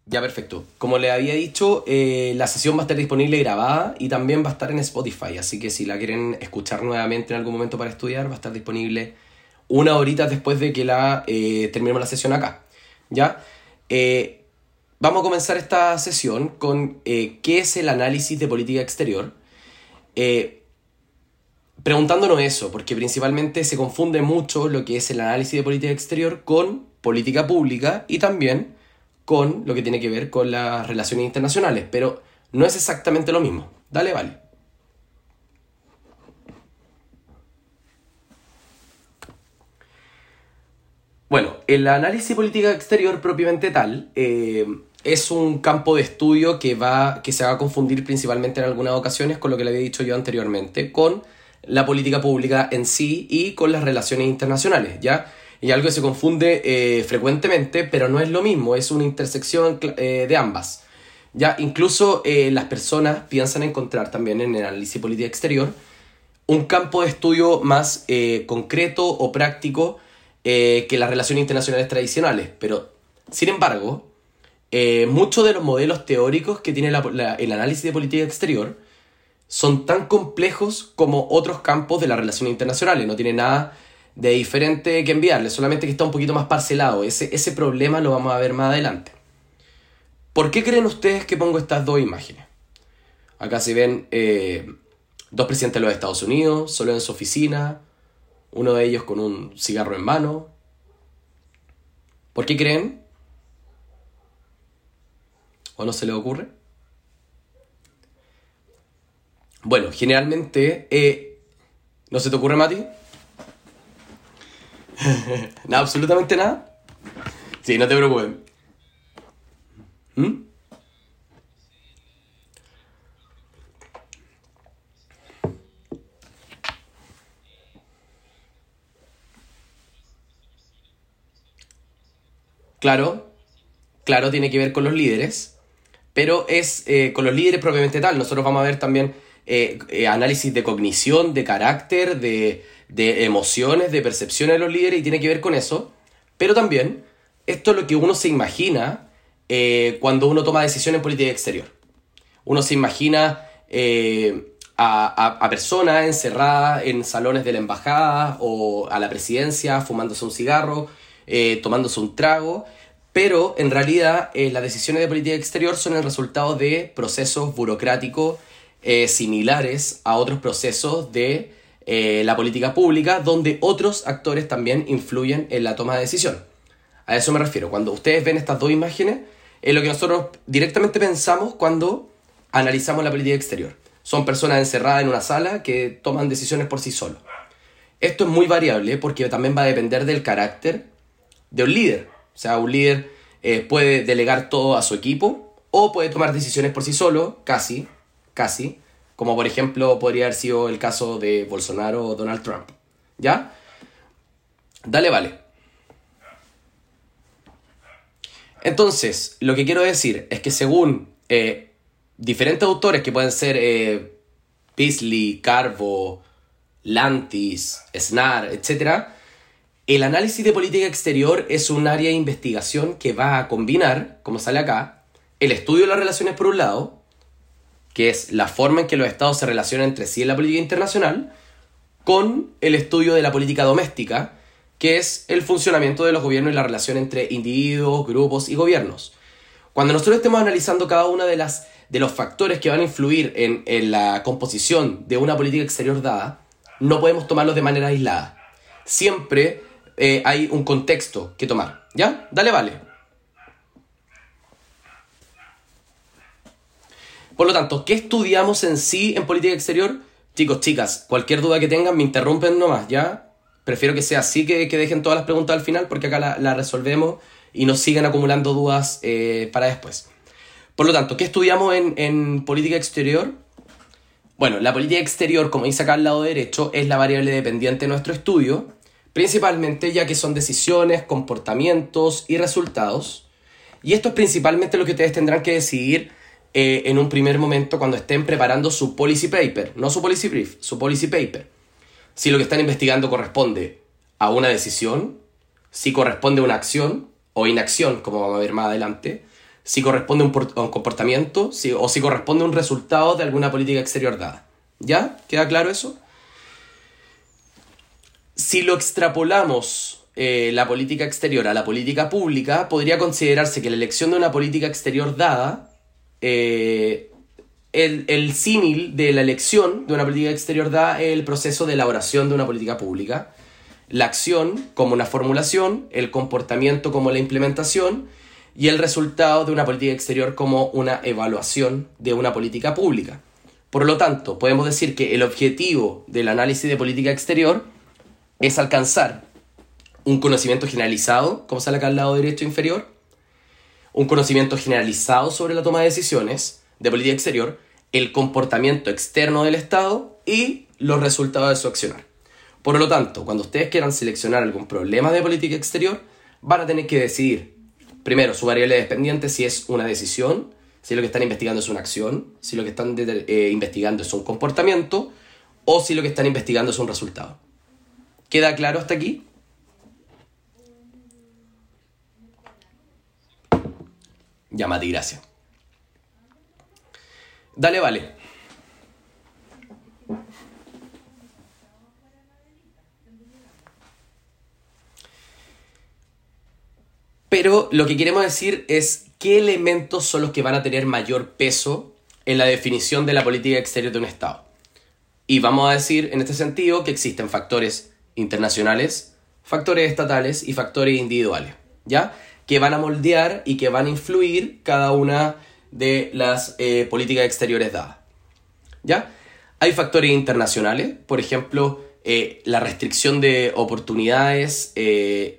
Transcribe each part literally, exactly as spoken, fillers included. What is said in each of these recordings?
Ya, perfecto. Como le había dicho, eh, la sesión va a estar disponible grabada y también va a estar en Spotify, así que si la quieren escuchar nuevamente en algún momento para estudiar, va a estar disponible una horita después de que la eh, terminemos la sesión acá. ¿Ya? Eh, vamos a comenzar esta sesión con eh, qué es el análisis de política exterior. Eh, preguntándonos eso, porque principalmente se confunde mucho lo que es el análisis de política exterior con política pública y también con lo que tiene que ver con las relaciones internacionales, pero no es exactamente lo mismo. Dale, vale. Bueno, el análisis de política exterior propiamente tal eh, es un campo de estudio que, va, que se va a confundir principalmente en algunas ocasiones con lo que le había dicho yo anteriormente, con la política pública en sí y con las relaciones internacionales, ¿ya? Y algo que se confunde eh, frecuentemente, pero no es lo mismo, es una intersección eh, de ambas. Ya, incluso eh, las personas piensan encontrar también en el análisis de política exterior un campo de estudio más eh, concreto o práctico eh, que las relaciones internacionales tradicionales. Pero, sin embargo, eh, muchos de los modelos teóricos que tiene la, la, el análisis de política exterior son tan complejos como otros campos de las relaciones internacionales. No tiene nada de diferente que enviarle, solamente que está un poquito más parcelado. Ese, ese problema lo vamos a ver más adelante. ¿Por qué creen ustedes que pongo estas dos imágenes? Acá se ven eh, dos presidentes de los Estados Unidos, solo en su oficina, uno de ellos con un cigarro en mano. ¿Por qué creen? ¿O no se les ocurre? Bueno, generalmente... Eh, ¿no se te ocurre, Mati? ¿Nada, absolutamente nada? Sí, no te preocupes. ¿Mm? Claro, claro, tiene que ver con los líderes, pero es eh, con los líderes propiamente tal. Nosotros vamos a ver también eh, eh, análisis de cognición, de carácter, de, de emociones, de percepciones de los líderes, y tiene que ver con eso. Pero también, esto es lo que uno se imagina eh, cuando uno toma decisiones en política exterior. Uno se imagina eh, a, a, a personas encerradas en salones de la embajada o a la presidencia, fumándose un cigarro, eh, tomándose un trago, pero en realidad eh, las decisiones de política exterior son el resultado de procesos burocráticos eh, similares a otros procesos de eh, la política pública, donde otros actores también influyen en la toma de decisión. A eso me refiero. Cuando ustedes ven estas dos imágenes, es lo que nosotros directamente pensamos cuando analizamos la política exterior. Son personas encerradas en una sala que toman decisiones por sí solos. Esto es muy variable porque también va a depender del carácter de un líder. O sea, un líder eh, puede delegar todo a su equipo o puede tomar decisiones por sí solo, casi, casi, como por ejemplo podría haber sido el caso de Bolsonaro o Donald Trump. ¿Ya? Dale, vale. Entonces, lo que quiero decir es que según eh, diferentes autores que pueden ser eh, Beasley, Carbo, Lantis, Snar, etcétera, el análisis de política exterior es un área de investigación que va a combinar, como sale acá, el estudio de las relaciones por un lado, que es la forma en que los estados se relacionan entre sí en la política internacional, con el estudio de la política doméstica, que es el funcionamiento de los gobiernos y la relación entre individuos, grupos y gobiernos. Cuando nosotros estemos analizando cada uno de, las, de los factores que van a influir en, en la composición de una política exterior dada, no podemos tomarlos de manera aislada. Siempre eh, hay un contexto que tomar. ¿Ya? Dale, vale. Por lo tanto, ¿qué estudiamos en sí en política exterior? Chicos, chicas, cualquier duda que tengan me interrumpen nomás, ¿ya? Prefiero que sea así, que, que dejen todas las preguntas al final, porque acá la, la resolvemos y nos siguen acumulando dudas eh, para después. Por lo tanto, ¿qué estudiamos en, en política exterior? Bueno, la política exterior, como dice acá al lado derecho, es la variable dependiente de nuestro estudio, principalmente ya que son decisiones, comportamientos y resultados. Y esto es principalmente lo que ustedes tendrán que decidir eh, en un primer momento cuando estén preparando su policy paper, no su policy brief, su policy paper. Si lo que están investigando corresponde a una decisión, si corresponde a una acción o inacción, como vamos a ver más adelante, si corresponde a un, por- a un comportamiento si, o si corresponde a un resultado de alguna política exterior dada. ¿Ya? ¿Queda claro eso? Si lo extrapolamos eh, la política exterior a la política pública, podría considerarse que la elección de una política exterior dada, eh, el, el símil de la elección de una política exterior dada es el proceso de elaboración de una política pública, la acción como una formulación, el comportamiento como la implementación y el resultado de una política exterior como una evaluación de una política pública. Por lo tanto, podemos decir que el objetivo del análisis de política exterior es alcanzar un conocimiento generalizado, como sale acá al lado derecho inferior, un conocimiento generalizado sobre la toma de decisiones de política exterior, el comportamiento externo del Estado y los resultados de su accionar. Por lo tanto, cuando ustedes quieran seleccionar algún problema de política exterior, van a tener que decidir, primero, su variable dependiente, si es una decisión, si lo que están investigando es una acción, si lo que están eh, investigando es un comportamiento, o si lo que están investigando es un resultado. ¿Queda claro hasta aquí? Ya, Mati, gracias. Dale, vale. Pero lo que queremos decir es qué elementos son los que van a tener mayor peso en la definición de la política exterior de un Estado. Y vamos a decir en este sentido que existen factores internacionales, factores estatales y factores individuales, ¿ya? Que van a moldear y que van a influir cada una de las eh, políticas exteriores dadas, ¿ya? Hay factores internacionales, por ejemplo, eh, la restricción de oportunidades eh,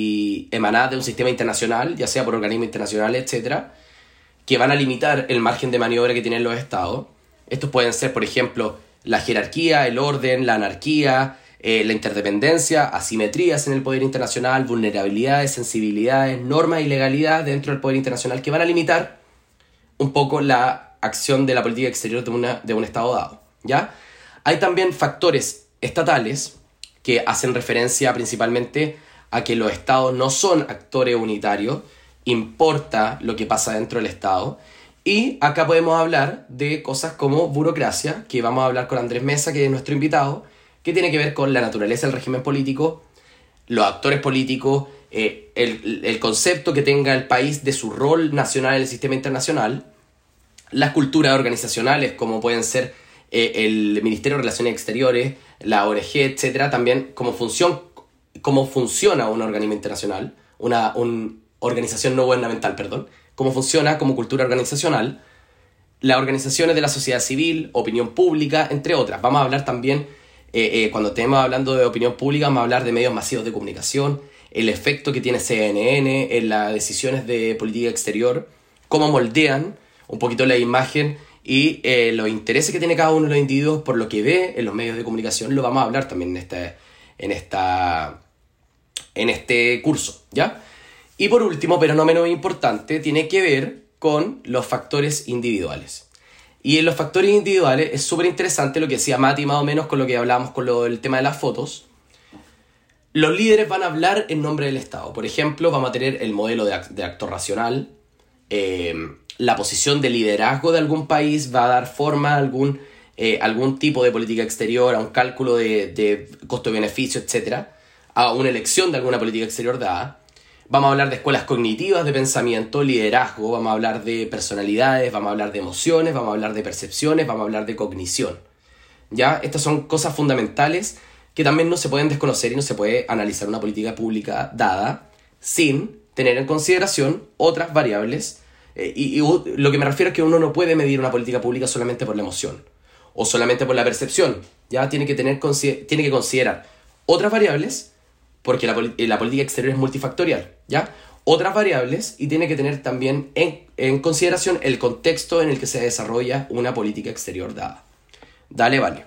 y emanadas de un sistema internacional, ya sea por organismos internacionales, etcétera, que van a limitar el margen de maniobra que tienen los estados. Estos pueden ser, por ejemplo, la jerarquía, el orden, la anarquía, eh, la interdependencia, asimetrías en el poder internacional, vulnerabilidades, sensibilidades, normas y legalidad dentro del poder internacional que van a limitar un poco la acción de la política exterior de, una, de un Estado dado, ¿ya? Hay también factores estatales que hacen referencia principalmente a que los Estados no son actores unitarios, importa lo que pasa dentro del Estado. Y acá podemos hablar de cosas como burocracia, que vamos a hablar con Andrés Mesa, que es nuestro invitado, que tiene que ver con la naturaleza del régimen político, los actores políticos, eh, el, el concepto que tenga el país de su rol nacional en el sistema internacional, las culturas organizacionales, como pueden ser eh, el Ministerio de Relaciones Exteriores, la O N G, etcétera, también cómo, función, cómo funciona un organismo internacional, una un, organización no gubernamental, perdón, cómo funciona como cultura organizacional, las organizaciones de la sociedad civil, opinión pública, entre otras. Vamos a hablar también, eh, eh, cuando estemos hablando de opinión pública, vamos a hablar de medios masivos de comunicación, el efecto que tiene C N N en las decisiones de política exterior, cómo moldean un poquito la imagen y eh, los intereses que tiene cada uno de los individuos por lo que ve en los medios de comunicación. Lo vamos a hablar también en este, en esta, en este curso, ¿ya? Y por último, pero no menos importante, tiene que ver con los factores individuales. Y en los factores individuales es súper interesante lo que decía Mati, más o menos con lo que hablábamos con lo, el tema de las fotos. Los líderes van a hablar en nombre del Estado. Por ejemplo, vamos a tener el modelo de, act- de actor racional. Eh, la posición de liderazgo de algún país va a dar forma a algún, eh, algún tipo de política exterior, a un cálculo de, de costo-beneficio, etcétera, a una elección de alguna política exterior dada. Vamos a hablar de escuelas cognitivas de pensamiento, liderazgo, vamos a hablar de personalidades, vamos a hablar de emociones, vamos a hablar de percepciones, vamos a hablar de cognición. ¿Ya? Estas son cosas fundamentales que también no se pueden desconocer y no se puede analizar una política pública dada sin tener en consideración otras variables. Eh, y, y lo que me refiero es que uno no puede medir una política pública solamente por la emoción o solamente por la percepción. ¿Ya? Tiene que, tener, tiene que considerar otras variables, porque la, la política exterior es multifactorial, ¿ya? Otras variables, y tiene que tener también en, en consideración el contexto en el que se desarrolla una política exterior dada. Dale, vale.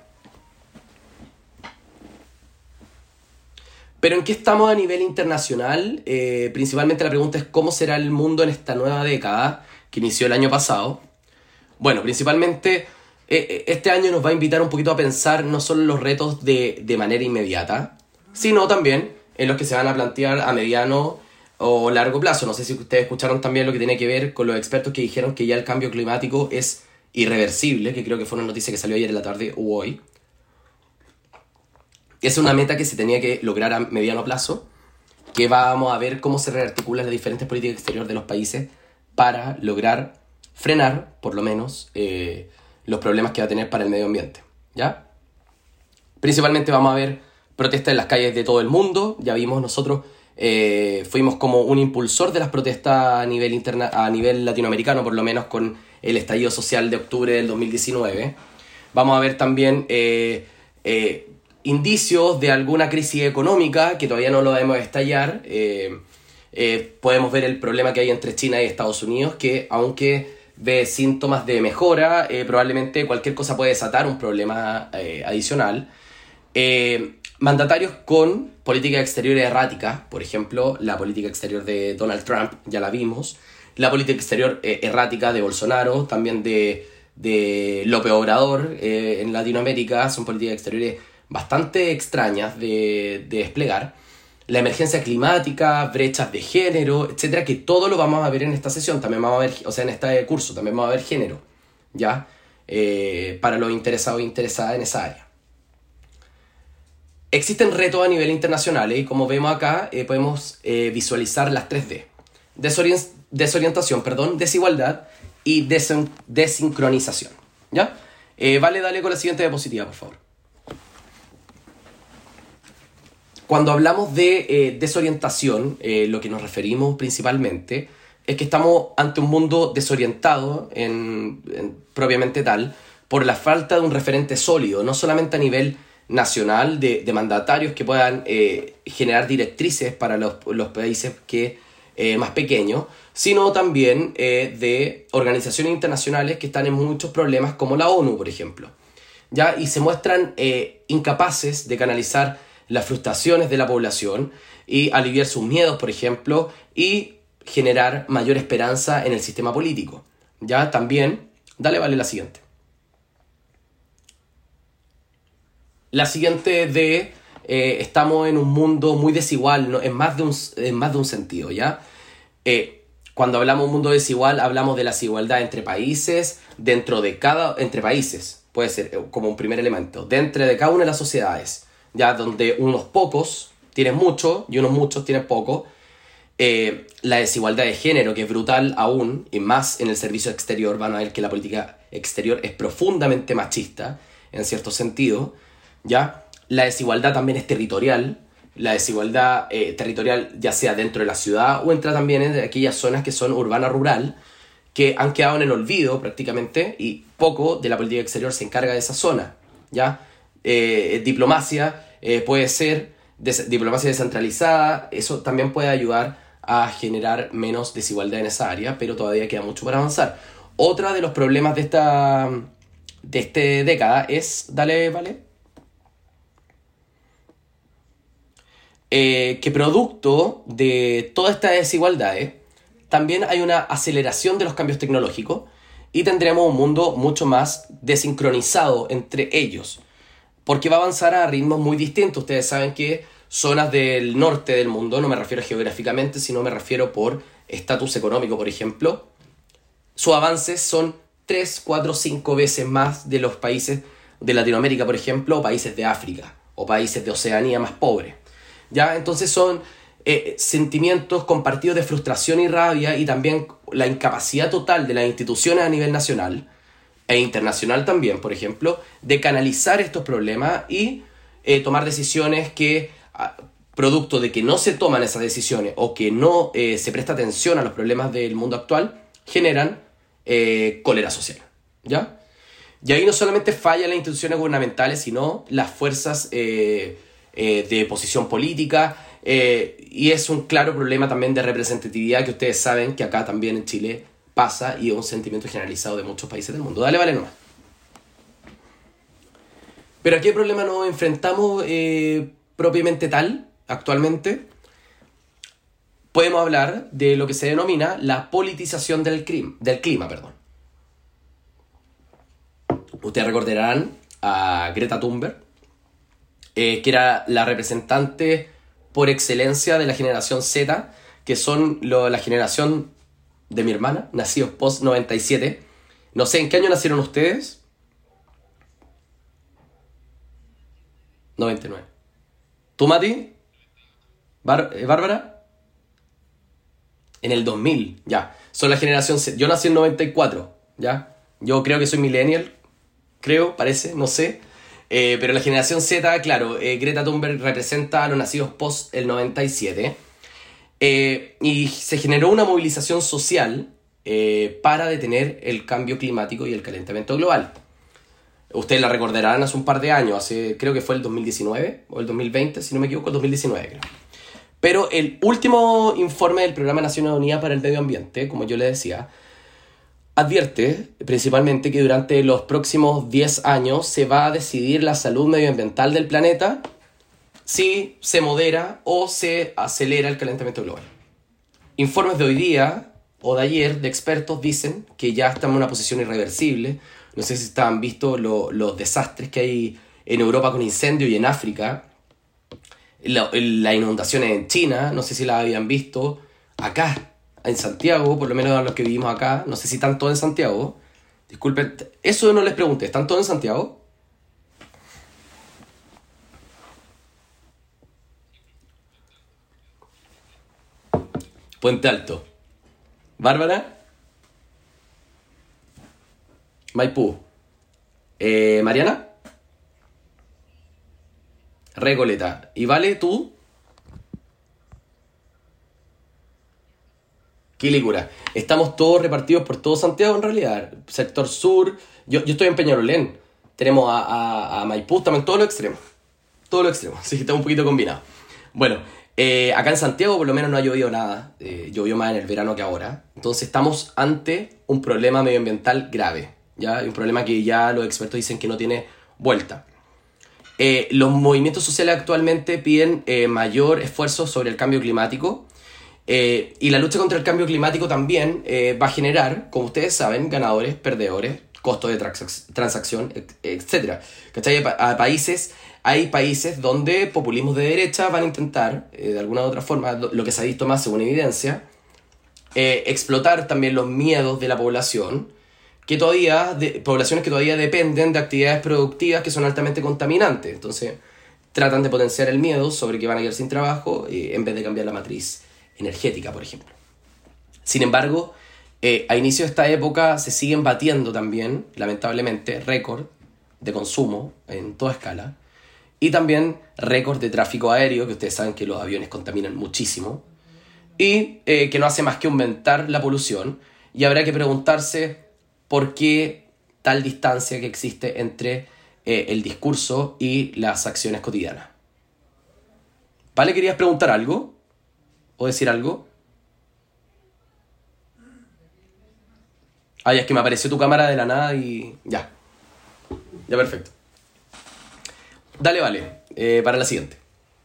Pero ¿en qué estamos a nivel internacional? Eh, principalmente la pregunta es ¿cómo será el mundo en esta nueva década que inició el año pasado? Bueno, principalmente eh, este año nos va a invitar un poquito a pensar no solo en los retos de, de manera inmediata, sino también en los que se van a plantear a mediano, o largo plazo. No sé si ustedes escucharon también lo que tiene que ver con los expertos que dijeron que ya el cambio climático es irreversible, que creo que fue una noticia que salió ayer en la tarde o hoy. Es una meta que se tenía que lograr a mediano plazo, que vamos a ver cómo se rearticulan las diferentes políticas exteriores de los países para lograr frenar, por lo menos, eh, los problemas que va a tener para el medio ambiente, ¿ya? Principalmente vamos a ver protestas en las calles de todo el mundo. Ya vimos nosotros, eh, fuimos como un impulsor de las protestas a nivel, interna a nivel latinoamericano, por lo menos con el estallido social de octubre del dos mil diecinueve. Vamos a ver también eh, eh, indicios de alguna crisis económica que todavía no lo vemos estallar. Eh, eh, podemos ver el problema que hay entre China y Estados Unidos, que aunque ve síntomas de mejora, eh, probablemente cualquier cosa puede desatar un problema eh, adicional. Eh, mandatarios con políticas exteriores erráticas, por ejemplo, la política exterior de Donald Trump, ya la vimos, la política exterior eh, errática de Bolsonaro, también de, de López Obrador eh, en Latinoamérica, son políticas exteriores bastante extrañas de, de desplegar. La emergencia climática, brechas de género, etcétera, que todo lo vamos a ver en esta sesión, también vamos a ver, o sea, en este curso, también vamos a ver género, ¿ya? Eh, para los interesados e interesadas en esa área. Existen retos a nivel internacional, ¿eh? Y como vemos acá, eh, podemos eh, visualizar las tres D. Desorient desorientación, perdón, desigualdad y desin desincronización, ¿ya? Eh, vale, dale con la siguiente diapositiva, por favor. Cuando hablamos de eh, desorientación, eh, lo que nos referimos principalmente es que estamos ante un mundo desorientado, en, en, propiamente tal, por la falta de un referente sólido, no solamente a nivel nacional de, de mandatarios que puedan eh, generar directrices para los, los países que, eh, más pequeños, sino también eh, de organizaciones internacionales que están en muchos problemas, como la ONU, por ejemplo, ¿ya? Y se muestran eh, incapaces de canalizar las frustraciones de la población y aliviar sus miedos, por ejemplo, y generar mayor esperanza en el sistema político, ¿ya? También, dale, vale, la siguiente. La siguiente de, eh, estamos en un mundo muy desigual, ¿no? en, más de un, en más de un sentido, ¿ya? Eh, cuando hablamos de un mundo desigual, hablamos de la desigualdad entre países, dentro de cada, entre países, puede ser como un primer elemento, dentro de cada una de las sociedades, ya, donde unos pocos tienen mucho y unos muchos tienen poco. Eh, la desigualdad de género, que es brutal aún, y más en el servicio exterior, van a ver que la política exterior es profundamente machista, en cierto sentido, ¿ya? La desigualdad también es territorial, la desigualdad eh, territorial ya sea dentro de la ciudad o entra también en aquellas zonas que son urbana-rural, que han quedado en el olvido prácticamente, y poco de la política exterior se encarga de esa zona, ¿ya? Eh, diplomacia eh, puede ser des diplomacia descentralizada, eso también puede ayudar a generar menos desigualdad en esa área, pero todavía queda mucho para avanzar. Otra de los problemas de esta de esta década es, dale, vale, eh, que producto de todas estas desigualdades también hay una aceleración de los cambios tecnológicos y tendremos un mundo mucho más desincronizado entre ellos, porque va a avanzar a ritmos muy distintos. Ustedes saben que zonas del norte del mundo, no me refiero geográficamente, sino me refiero por estatus económico, por ejemplo, sus avances son tres, cuatro, cinco veces más de los países de Latinoamérica, por ejemplo, o países de África, o países de Oceanía más pobres, ¿ya? Entonces son eh, sentimientos compartidos de frustración y rabia, y también la incapacidad total de las instituciones a nivel nacional e internacional también, por ejemplo, de canalizar estos problemas y eh, tomar decisiones que, a, producto de que no se toman esas decisiones o que no eh, se presta atención a los problemas del mundo actual, generan eh, cólera social, ¿ya? Y ahí no solamente fallan las instituciones gubernamentales, sino las fuerzas eh, eh, de posición política, eh, y es un claro problema también de representatividad que ustedes saben que acá también en Chile pasa, y es un sentimiento generalizado de muchos países del mundo. Dale, vale, nomás. Pero ¿a qué problema nos enfrentamos eh, propiamente tal, actualmente? Podemos hablar de lo que se denomina la politización del, crim, del clima. Perdón. Ustedes recordarán a Greta Thunberg, eh, que era la representante por excelencia de la generación Z, que son lo- la generación de mi hermana, nacidos post noventa y siete. No sé, ¿en qué año nacieron ustedes? noventa y nueve. ¿Tú, Mati? Bar- eh, ¿Bárbara? En el dos mil, ya. Son la generación Z. Yo nací en noventa y cuatro, ¿ya? Yo creo que soy millennial, creo, parece, no sé. Eh, pero la generación Z, claro, eh, Greta Thunberg representa a los nacidos post el noventa y siete. Eh, y se generó una movilización social eh, para detener el cambio climático y el calentamiento global. Ustedes la recordarán hace un par de años, hace, creo que fue el dos mil diecinueve o el dos mil veinte, si no me equivoco, el dos mil diecinueve creo. Pero el último informe del Programa de Naciones Unidas para el Medio Ambiente, como yo le decía, advierte principalmente que durante los próximos diez años se va a decidir la salud medioambiental del planeta si se modera o se acelera el calentamiento global. Informes de hoy día o de ayer de expertos dicen que ya estamos en una posición irreversible. No sé si estaban visto lo, los desastres que hay en Europa con incendios y en África. La, las inundaciones en China, no sé si las habían visto. Acá, en Santiago, por lo menos a los que vivimos acá, no sé si están todos en Santiago. Disculpen, eso no les pregunté, ¿están todos en Santiago? Puente Alto. Bárbara, Maipú. Eh, Mariana, Recoleta. ¿Y Vale, tú? Quilicura. Estamos todos repartidos por todo Santiago en realidad. Sector sur. Yo, yo estoy en Peñalolén. Tenemos a, a, a Maipú también, todos los extremos. Todos los extremos. Así que estamos un poquito combinados. Bueno, eh, acá en Santiago por lo menos no ha llovido nada. Eh, llovió más en el verano que ahora. Entonces estamos ante un problema medioambiental grave. ¿Ya? Un problema que ya los expertos dicen que no tiene vuelta. Eh, los movimientos sociales actualmente piden eh, mayor esfuerzo sobre el cambio climático. Eh, y la lucha contra el cambio climático también eh, va a generar, como ustedes saben, ganadores, perdedores, costos de transac- transacción, etcétera. ¿Cachai? A, a países, hay países donde populismos de derecha van a intentar, eh, de alguna u otra forma, lo, lo que se ha visto más según evidencia, eh, explotar también los miedos de la población, que todavía, de, poblaciones que todavía dependen de actividades productivas que son altamente contaminantes. Entonces, tratan de potenciar el miedo sobre que van a quedar sin trabajo eh, en vez de cambiar la matriz energética, por ejemplo. Sin embargo, eh, a inicio de esta época se siguen batiendo también, lamentablemente, récord de consumo en toda escala y también récord de tráfico aéreo, que ustedes saben que los aviones contaminan muchísimo y eh, que no hace más que aumentar la polución, y habrá que preguntarse por qué tal distancia que existe entre eh, el discurso y las acciones cotidianas. ¿Vale? ¿Querías preguntar algo? ¿O decir algo? Ah, ya, es que me apareció tu cámara de la nada y... Ya. Ya, perfecto. Dale, vale. Eh, para la siguiente.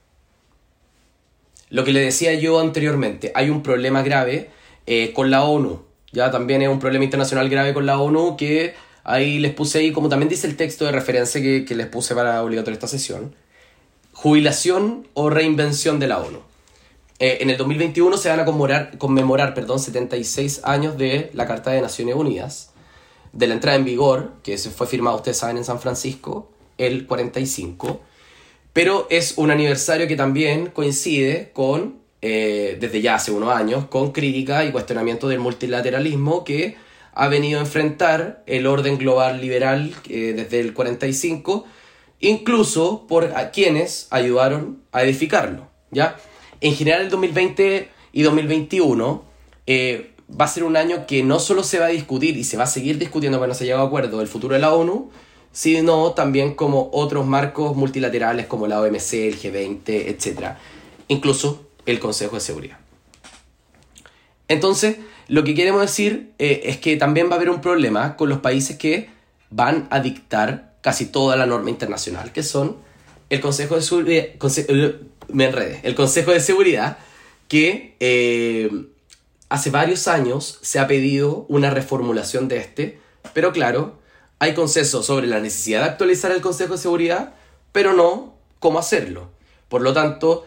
Lo que le decía yo anteriormente, hay un problema grave eh, con la ONU. Ya también es un problema internacional grave con la ONU que ahí les puse ahí, como también dice el texto de referencia que, que les puse para obligatoria esta sesión. Jubilación o reinvención de la ONU. Eh, en el dos mil veintiuno se van a conmemorar, conmemorar perdón, setenta y seis años de la Carta de Naciones Unidas, de la entrada en vigor, que se fue firmada, ustedes saben, en San Francisco, el cuarenta y cinco, pero es un aniversario que también coincide con, eh, desde ya hace unos años, con crítica y cuestionamiento del multilateralismo que ha venido a enfrentar el orden global liberal eh, desde el cuarenta y cinco, incluso por a quienes ayudaron a edificarlo, ¿ya? En general el dos mil veinte y dos mil veintiuno eh, va a ser un año que no solo se va a discutir y se va a seguir discutiendo cuando se llegue a acuerdo el futuro de la ONU, sino también como otros marcos multilaterales como la O M C, el G veinte, etcétera. Incluso el Consejo de Seguridad. Entonces, lo que queremos decir eh, es que también va a haber un problema con los países que van a dictar casi toda la norma internacional, que son el Consejo de Seguridad... Conse- me enredé. El Consejo de Seguridad, que eh, hace varios años se ha pedido una reformulación de este, pero claro, hay consenso sobre la necesidad de actualizar el Consejo de Seguridad, pero no cómo hacerlo. Por lo tanto,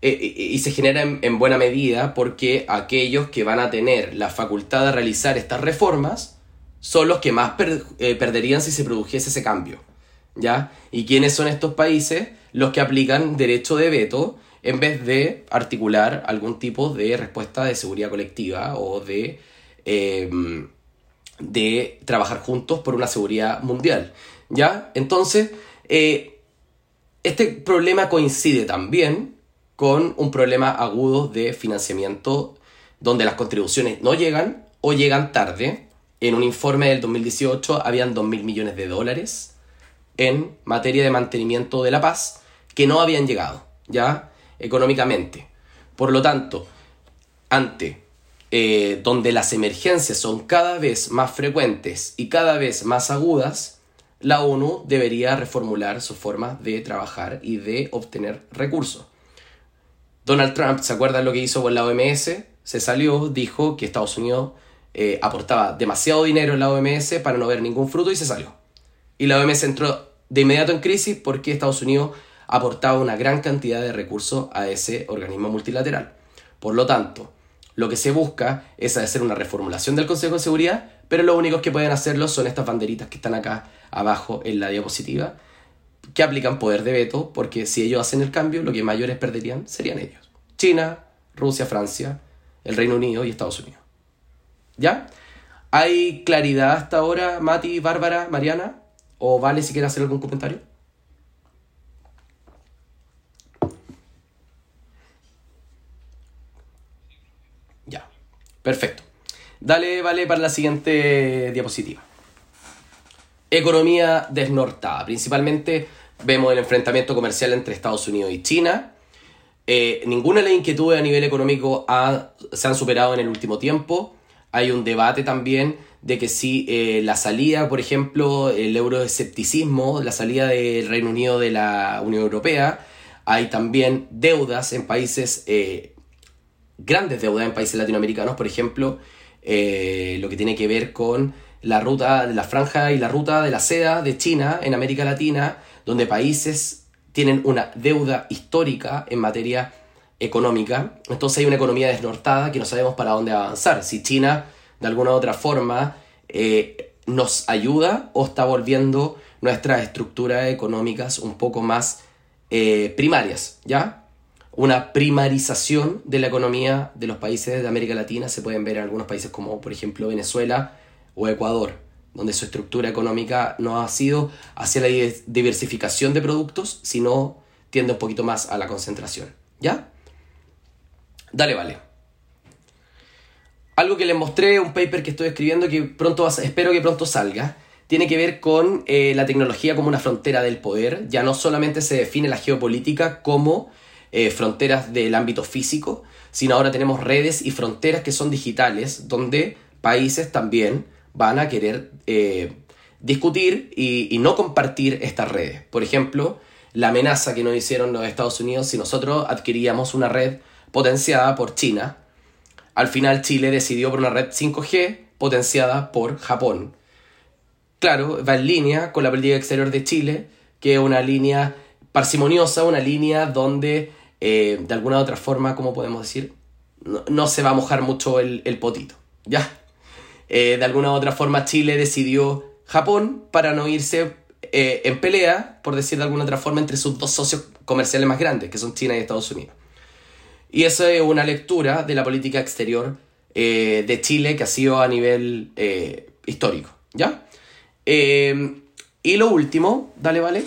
eh, y, y se genera en, en buena medida porque aquellos que van a tener la facultad de realizar estas reformas son los que más per, eh, perderían si se produjese ese cambio, ¿ya? ¿Y quiénes son estos países? Los que aplican derecho de veto en vez de articular algún tipo de respuesta de seguridad colectiva o de, eh, de trabajar juntos por una seguridad mundial, ¿ya? Entonces, eh, este problema coincide también con un problema agudo de financiamiento donde las contribuciones no llegan o llegan tarde. En un informe del dos mil dieciocho habían dos mil millones de dólares en materia de mantenimiento de la paz que no habían llegado, ¿ya? Económicamente. Por lo tanto, ante eh, donde las emergencias son cada vez más frecuentes y cada vez más agudas, la ONU debería reformular sus formas de trabajar y de obtener recursos. Donald Trump, ¿se acuerdan lo que hizo con la O M S? Se salió, dijo que Estados Unidos eh, aportaba demasiado dinero en la O M S para no ver ningún fruto y se salió. Y la O M S entró de inmediato en crisis porque Estados Unidos aportaba una gran cantidad de recursos a ese organismo multilateral. Por lo tanto, lo que se busca es hacer una reformulación del Consejo de Seguridad, pero los únicos que pueden hacerlo son estas banderitas que están acá abajo en la diapositiva, que aplican poder de veto, porque si ellos hacen el cambio, lo que mayores perderían serían ellos. China, Rusia, Francia, el Reino Unido y Estados Unidos. ¿Ya? ¿Hay claridad hasta ahora, Mati, Bárbara, Mariana? ¿O Vale, si quiere hacer algún comentario? Ya, perfecto. Dale, Vale, para la siguiente diapositiva. Economía desnortada. Principalmente vemos el enfrentamiento comercial entre Estados Unidos y China. Eh, ninguna de las inquietudes a nivel económico ha, se han superado en el último tiempo. Hay un debate también de que si eh, la salida, por ejemplo, el euroescepticismo, la salida del Reino Unido de la Unión Europea, hay también deudas en países, eh, grandes deudas en países latinoamericanos, por ejemplo, eh, lo que tiene que ver con la ruta, la franja y la ruta de la seda de China en América Latina, donde países tienen una deuda histórica en materia económica. Entonces hay una economía desnortada que no sabemos para dónde avanzar. Si China, de alguna u otra forma, eh, nos ayuda o está volviendo nuestras estructuras económicas un poco más eh, primarias, ¿ya? Una primarización de la economía de los países de América Latina se pueden ver en algunos países como, por ejemplo, Venezuela o Ecuador, donde su estructura económica no ha sido hacia la diversificación de productos, sino tiende un poquito más a la concentración, ¿ya? Dale, Vale. Algo que les mostré, un paper que estoy escribiendo que pronto espero que pronto salga, tiene que ver con eh, la tecnología como una frontera del poder. Ya no solamente se define la geopolítica como eh, fronteras del ámbito físico, sino ahora tenemos redes y fronteras que son digitales, donde países también van a querer eh, discutir y, y no compartir estas redes. Por ejemplo, la amenaza que nos hicieron los Estados Unidos si nosotros adquiríamos una red potenciada por China. Al final Chile decidió por una red cinco G potenciada por Japón. Claro, va en línea con la política exterior de Chile, que es una línea parsimoniosa, una línea donde eh, de alguna u otra forma, ¿cómo podemos decir? No, no se va a mojar mucho el, el potito, ¿ya? Eh, de alguna u otra forma Chile decidió Japón para no irse eh, en pelea, por decir de alguna otra forma, entre sus dos socios comerciales más grandes, que son China y Estados Unidos. Y esa es una lectura de la política exterior eh, de Chile que ha sido a nivel eh, histórico, ¿ya? Eh, y lo último, dale, Vale,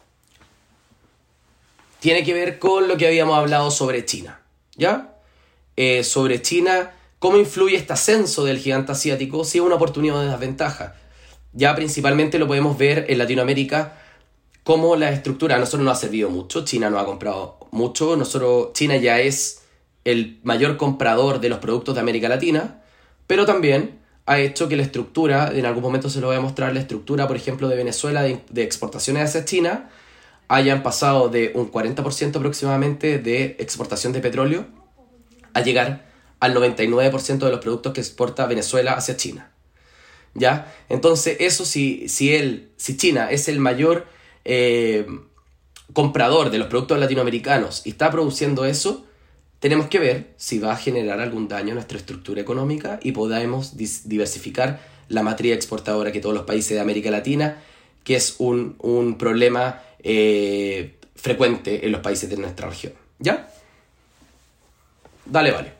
tiene que ver con lo que habíamos hablado sobre China, ¿ya? Eh, sobre China, cómo influye este ascenso del gigante asiático, si es una oportunidad o desventaja. Ya principalmente lo podemos ver en Latinoamérica, cómo la estructura a nosotros nos ha servido mucho, China nos ha comprado mucho, nosotros, China ya es el mayor comprador de los productos de América Latina, pero también ha hecho que la estructura, en algún momento se lo voy a mostrar, la estructura, por ejemplo, de Venezuela de, de exportaciones hacia China, hayan pasado de un cuarenta por ciento aproximadamente de exportación de petróleo a llegar al noventa y nueve por ciento de los productos que exporta Venezuela hacia China, ¿ya? Entonces, eso si, si, él, si China es el mayor... Eh, comprador de los productos latinoamericanos y está produciendo eso, tenemos que ver si va a generar algún daño a nuestra estructura económica y podamos diversificar la matriz exportadora que todos los países de América Latina, que es un, un problema eh, frecuente en los países de nuestra región. ¿Ya? Dale, vale.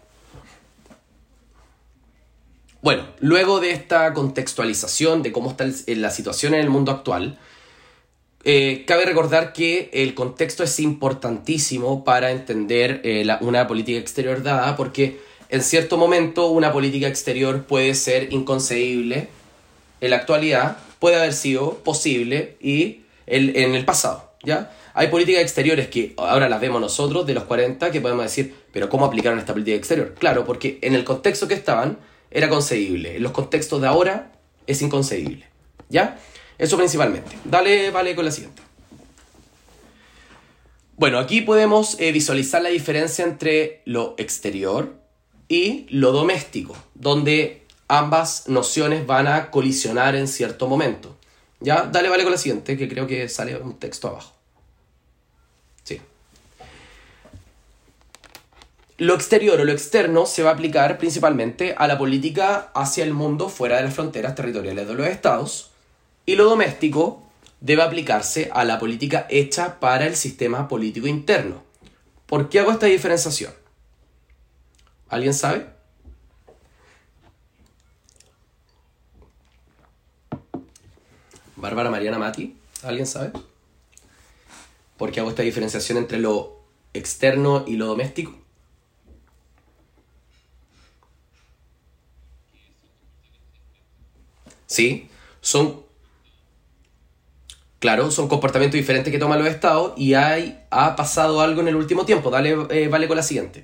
Bueno, luego de esta contextualización de cómo está el, la situación en el mundo actual, eh, cabe recordar que el contexto es importantísimo para entender eh, la, una política exterior dada, porque en cierto momento una política exterior puede ser inconcebible en la actualidad, puede haber sido posible y el, en el pasado, ¿ya? Hay políticas exteriores que ahora las vemos nosotros, de los cuarenta, que podemos decir, pero ¿cómo aplicaron esta política exterior? Claro, porque en el contexto que estaban era concebible. En los contextos de ahora es inconcebible. ¿Ya? Eso principalmente. Dale, vale, con la siguiente. Bueno, aquí podemos eh, visualizar la diferencia entre lo exterior y lo doméstico, donde ambas nociones van a colisionar en cierto momento. ¿Ya? Dale, vale, con la siguiente, que creo que sale un texto abajo. Sí. Lo exterior o lo externo se va a aplicar principalmente a la política hacia el mundo fuera de las fronteras territoriales de los estados, y lo doméstico debe aplicarse a la política hecha para el sistema político interno. ¿Por qué hago esta diferenciación? ¿Alguien sabe? Bárbara, Mariana, Mati, ¿alguien sabe? ¿Por qué hago esta diferenciación entre lo externo y lo doméstico? Sí, son, claro, son comportamientos diferentes que toman los estados y hay, ha pasado algo en el último tiempo. Dale, eh, vale con la siguiente.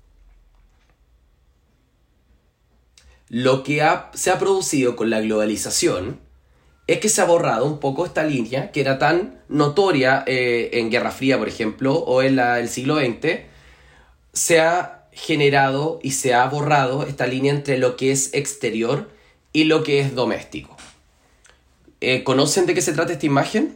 Lo que ha, se ha producido con la globalización es que se ha borrado un poco esta línea que era tan notoria eh, en Guerra Fría, por ejemplo, o en la, el siglo veinte. Se ha generado y se ha borrado esta línea entre lo que es exterior y lo que es doméstico. Eh, ¿Conocen de qué se trata esta imagen?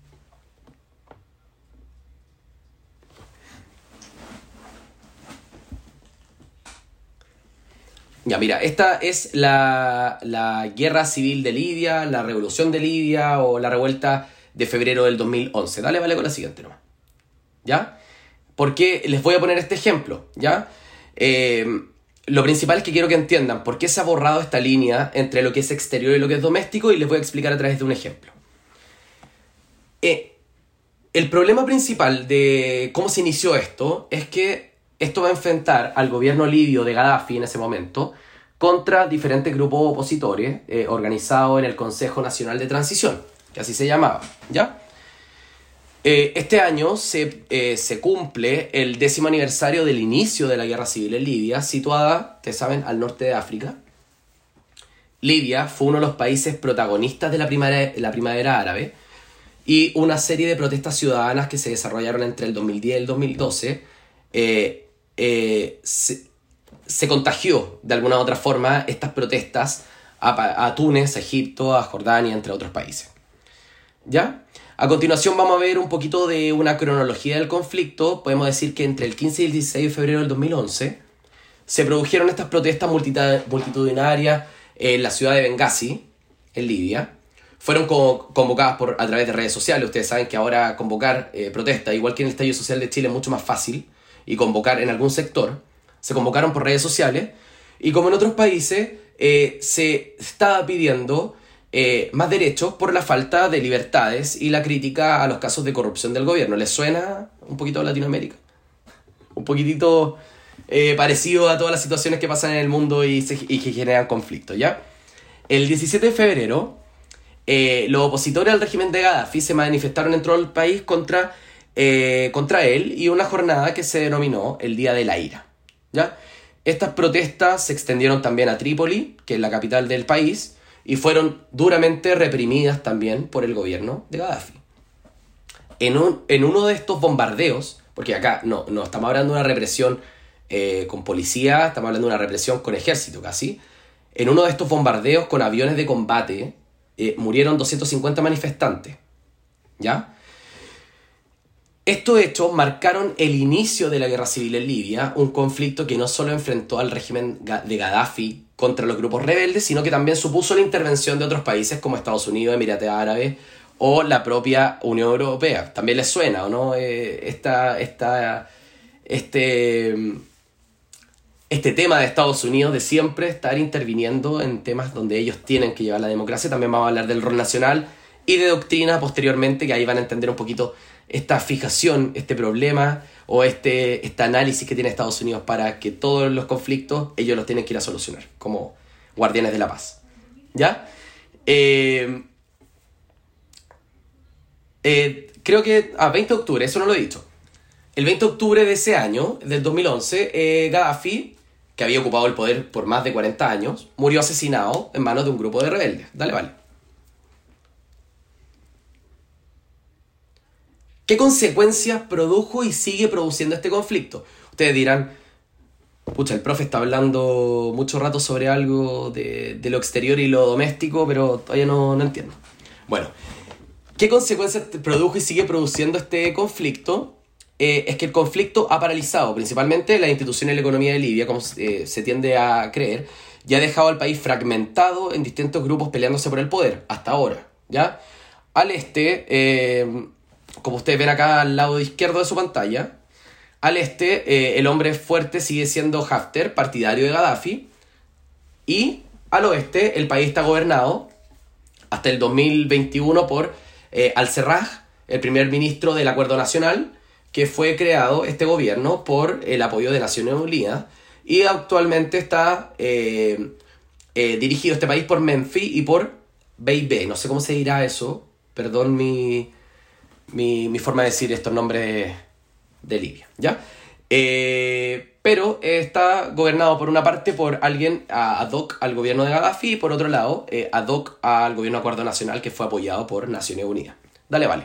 Ya, mira, esta es la, la guerra civil de Libia, la revolución de Libia o la revuelta de febrero del dos mil once. Dale, vale con la siguiente nomás. ¿Ya? Porque les voy a poner este ejemplo, ¿ya? Eh, lo principal es que quiero que entiendan por qué se ha borrado esta línea entre lo que es exterior y lo que es doméstico, y les voy a explicar a través de un ejemplo. Eh, el problema principal de cómo se inició esto es que esto va a enfrentar al gobierno libio de Gaddafi en ese momento contra diferentes grupos opositores eh, organizados en el Consejo Nacional de Transición, que así se llamaba, ¿ya? Eh, este año se, eh, se cumple el décimo aniversario del inicio de la guerra civil en Libia, situada, ustedes saben, al norte de África. Libia fue uno de los países protagonistas de la primavera, la primavera árabe, y una serie de protestas ciudadanas que se desarrollaron entre el dos mil diez y el dos mil doce eh, eh, se, se contagió de alguna u otra forma estas protestas a, a Túnez, a Egipto, a Jordania, entre otros países. ¿Ya? A continuación vamos a ver un poquito de una cronología del conflicto. Podemos decir que entre el quince y el dieciséis de febrero del dos mil once se produjeron estas protestas multitudinarias en la ciudad de Benghazi, en Libia. Fueron co- convocadas por, a través de redes sociales. Ustedes saben que ahora convocar eh, protestas, igual que en el estallido social de Chile, es mucho más fácil, y convocar en algún sector. Se convocaron por redes sociales, y como en otros países eh, se estaba pidiendo Eh, más derechos por la falta de libertades y la crítica a los casos de corrupción del gobierno. ¿Les suena un poquito a Latinoamérica? Un poquitito eh, parecido a todas las situaciones que pasan en el mundo y, se, y que generan conflictos, ¿ya? El diecisiete de febrero, eh, los opositores al régimen de Gaddafi se manifestaron en todo el país contra, eh, contra él, y una jornada que se denominó el Día de la Ira, ¿ya? Estas protestas se extendieron también a Trípoli, que es la capital del país, y fueron duramente reprimidas también por el gobierno de Gaddafi. En, un, en uno de estos bombardeos, porque acá no, no estamos hablando de una represión eh, con policía, estamos hablando de una represión con ejército casi, en uno de estos bombardeos con aviones de combate eh, murieron doscientos cincuenta manifestantes, ¿ya? Estos hechos marcaron el inicio de la guerra civil en Libia, un conflicto que no solo enfrentó al régimen de Gaddafi contra los grupos rebeldes, sino que también supuso la intervención de otros países como Estados Unidos, Emiratos Árabes o la propia Unión Europea. También les suena, ¿o no? Eh, esta, esta, este, este tema de Estados Unidos de siempre estar interviniendo en temas donde ellos tienen que llevar la democracia. También vamos a hablar del rol nacional y de doctrina posteriormente, que ahí van a entender un poquito esta fijación, este problema o este, este análisis que tiene Estados Unidos para que todos los conflictos ellos los tienen que ir a solucionar como guardianes de la paz. ¿Ya? Eh, eh, creo que... Ah, veinte de octubre, eso no lo he dicho. El veinte de octubre de ese año, del dos mil once, eh, Gaddafi, que había ocupado el poder por más de cuarenta años, murió asesinado en manos de un grupo de rebeldes. Dale, vale. ¿Qué consecuencias produjo y sigue produciendo este conflicto? Ustedes dirán, pucha, el profe está hablando mucho rato sobre algo de, de lo exterior y lo doméstico, pero todavía no, no entiendo. Bueno, ¿qué consecuencias produjo y sigue produciendo este conflicto? Eh, es que el conflicto ha paralizado principalmente la institución y la economía de Libia, como eh, se tiende a creer, y ha dejado al país fragmentado en distintos grupos peleándose por el poder, hasta ahora, ¿ya? Al este... Eh, como ustedes ven acá al lado izquierdo de su pantalla, al este, eh, el hombre fuerte sigue siendo Haftar, partidario de Gaddafi, y al oeste, el país está gobernado hasta el dos mil veintiuno por eh, al-Serraj, el primer ministro del Acuerdo Nacional, que fue creado este gobierno por el apoyo de Naciones Unidas, y actualmente está eh, eh, dirigido este país por Menfi y por Beibé. No sé cómo se dirá eso, perdón mi... Mi, mi forma de decir estos nombres de Libia, ¿ya? Eh, pero está gobernado por una parte por alguien ad hoc al gobierno de Gaddafi y por otro lado eh, ad hoc al gobierno de Acuerdo Nacional que fue apoyado por Naciones Unidas. Dale, vale.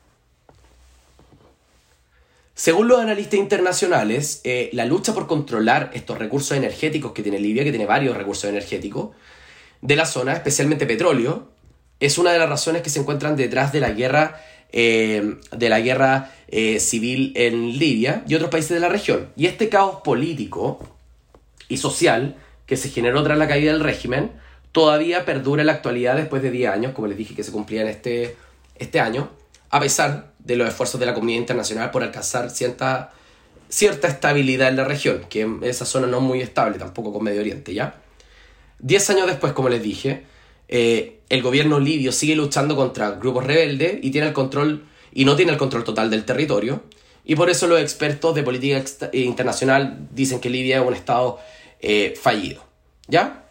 Según los analistas internacionales, eh, la lucha por controlar estos recursos energéticos que tiene Libia, que tiene varios recursos energéticos de la zona, especialmente petróleo, es una de las razones que se encuentran detrás de la guerra Eh, de la guerra eh, civil en Libia y otros países de la región. Y este caos político y social que se generó tras la caída del régimen todavía perdura en la actualidad después de diez años, como les dije que se cumplían este, este año, a pesar de los esfuerzos de la comunidad internacional por alcanzar cierta, cierta estabilidad en la región, que esa zona no es muy estable tampoco con Medio Oriente, ¿ya? Diez años después, como les dije, Eh, el gobierno libio sigue luchando contra grupos rebeldes y tiene el control y no tiene el control total del territorio, y por eso los expertos de política ex- internacional dicen que Libia es un estado eh, fallido, ¿ya?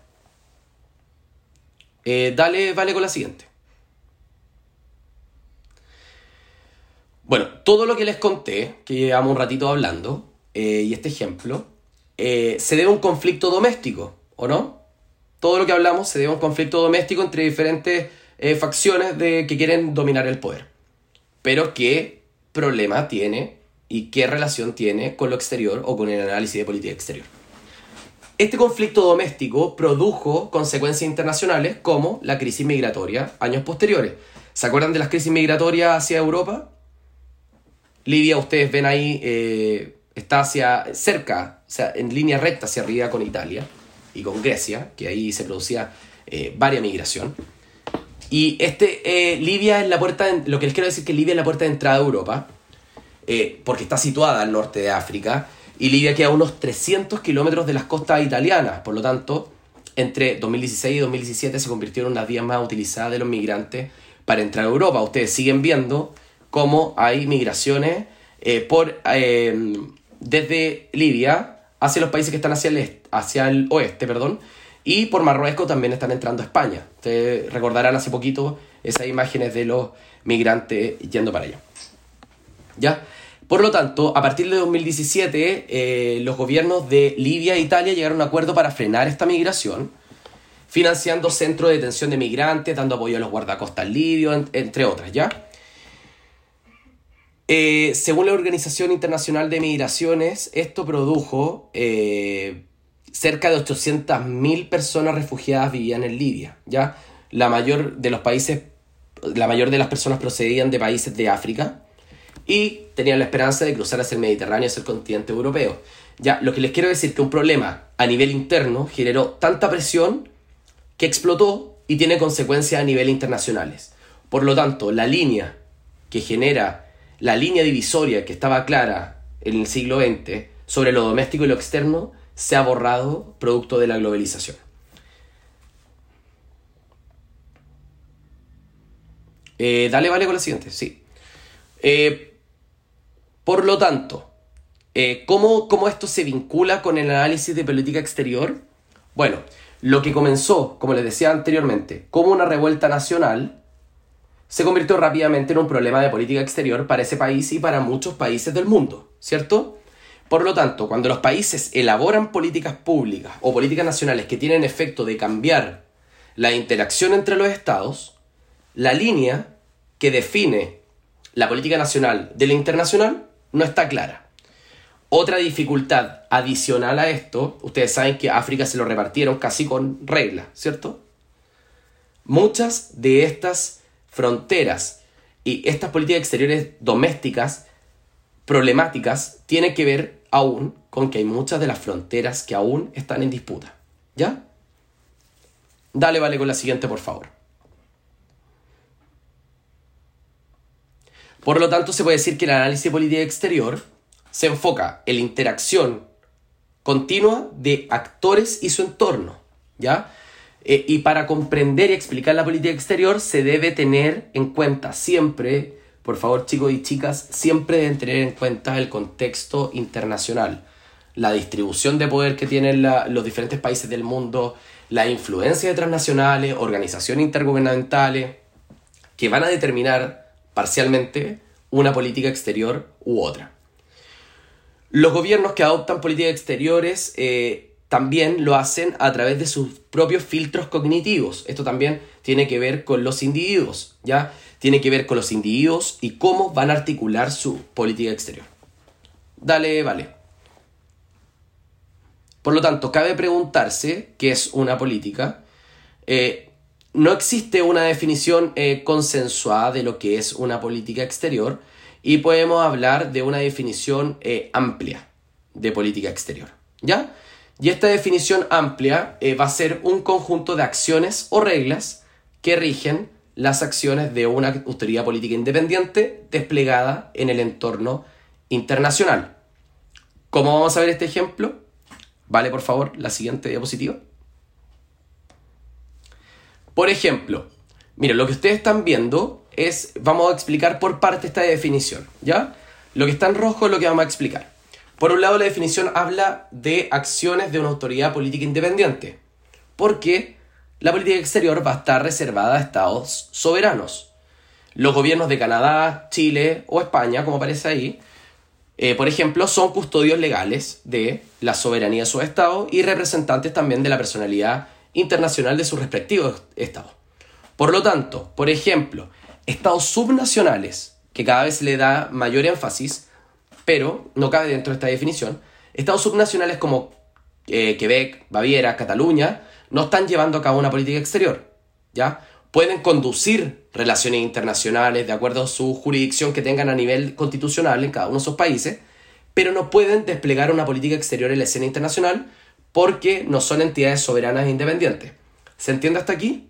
Eh, dale, vale con la siguiente. Bueno, todo lo que les conté, que llevamos un ratito hablando, eh, y este ejemplo, eh, se debe a un conflicto doméstico, ¿o no? Todo lo que hablamos se debe a un conflicto doméstico entre diferentes eh, facciones de, que quieren dominar el poder. Pero ¿qué problema tiene y qué relación tiene con lo exterior o con el análisis de política exterior? Este conflicto doméstico produjo consecuencias internacionales como la crisis migratoria años posteriores. ¿Se acuerdan de las crisis migratorias hacia Europa? Libia, ustedes ven ahí, eh, está hacia cerca, o sea, en línea recta hacia arriba con Italia y con Grecia, que ahí se producía eh, varia migración. Y este, eh, Libia es la puerta, de, lo que les quiero decir es que Libia es la puerta de entrada a Europa, eh, porque está situada al norte de África, y Libia queda a unos trescientos kilómetros de las costas italianas. Por lo tanto, entre dos mil dieciséis y dos mil diecisiete se convirtieron en las vías más utilizadas de los migrantes para entrar a Europa. Ustedes siguen viendo cómo hay migraciones eh, por, eh, desde Libia hacia los países que están hacia el, est- hacia el oeste, perdón, y por Marruecos también están entrando a España. Ustedes recordarán hace poquito esas imágenes de los migrantes yendo para allá. ¿Ya? Por lo tanto, a partir de dos mil diecisiete, eh, los gobiernos de Libia e Italia llegaron a un acuerdo para frenar esta migración, financiando centros de detención de migrantes, dando apoyo a los guardacostas libios, en- entre otras, ¿ya? Eh, según la Organización Internacional de Migraciones, esto produjo eh, cerca de ochocientas mil personas refugiadas vivían en Libia, ¿ya? La mayor de los países, la mayor de las personas procedían de países de África, y tenían la esperanza de cruzar hacia el Mediterráneo, hacia el continente europeo. Ya, lo que les quiero decir es que un problema a nivel interno generó tanta presión que explotó y tiene consecuencias a nivel internacionales. Por lo tanto, la línea que genera, la línea divisoria que estaba clara en el siglo veinte sobre lo doméstico y lo externo, se ha borrado producto de la globalización. Eh, dale, vale con la siguiente, sí. Eh, por lo tanto, eh, ¿cómo, ¿cómo esto se vincula con el análisis de política exterior? Bueno, lo que comenzó, como les decía anteriormente, como una revuelta nacional, se convirtió rápidamente en un problema de política exterior para ese país y para muchos países del mundo, ¿cierto? Por lo tanto, cuando los países elaboran políticas públicas o políticas nacionales que tienen efecto de cambiar la interacción entre los estados, la línea que define la política nacional de la internacional no está clara. Otra dificultad adicional a esto, ustedes saben que África se lo repartieron casi con regla, ¿cierto? Muchas de estas fronteras y estas políticas exteriores domésticas problemáticas tienen que ver aún con que hay muchas de las fronteras que aún están en disputa. ¿Ya? Dale, vale con la siguiente, por favor. Por lo tanto, se puede decir que el análisis de política exterior se enfoca en la interacción continua de actores y su entorno, ¿ya? Eh, y para comprender y explicar la política exterior se debe tener en cuenta siempre, por favor chicos y chicas, siempre deben tener en cuenta el contexto internacional, la distribución de poder que tienen la, los diferentes países del mundo, la influencia de transnacionales, organizaciones intergubernamentales, que van a determinar parcialmente una política exterior u otra. Los gobiernos que adoptan políticas exteriores eh, también lo hacen a través de sus propios filtros cognitivos. Esto también tiene que ver con los individuos, ¿ya? Tiene que ver con los individuos y cómo van a articular su política exterior. Dale, vale. Por lo tanto, cabe preguntarse qué es una política. Eh, no existe una definición eh, consensuada de lo que es una política exterior y podemos hablar de una definición eh, amplia de política exterior, ¿ya? Y esta definición amplia eh, va a ser un conjunto de acciones o reglas que rigen las acciones de una autoridad política independiente desplegada en el entorno internacional. ¿Cómo vamos a ver este ejemplo? Vale, por favor, la siguiente diapositiva. Por ejemplo, miren, lo que ustedes están viendo es, vamos a explicar por parte esta definición, ¿ya? Lo que está en rojo es lo que vamos a explicar. Por un lado, la definición habla de acciones de una autoridad política independiente, porque la política exterior va a estar reservada a estados soberanos. Los gobiernos de Canadá, Chile o España, como aparece ahí, eh, por ejemplo, son custodios legales de la soberanía de sus estados y representantes también de la personalidad internacional de sus respectivos estados. Por lo tanto, por ejemplo, estados subnacionales, que cada vez se le da mayor énfasis, pero no cabe dentro de esta definición, estados subnacionales como eh, Quebec, Baviera, Cataluña, no están llevando a cabo una política exterior, ¿ya? Pueden conducir relaciones internacionales de acuerdo a su jurisdicción que tengan a nivel constitucional en cada uno de esos países, pero no pueden desplegar una política exterior en la escena internacional porque no son entidades soberanas e independientes. ¿Se entiende hasta aquí?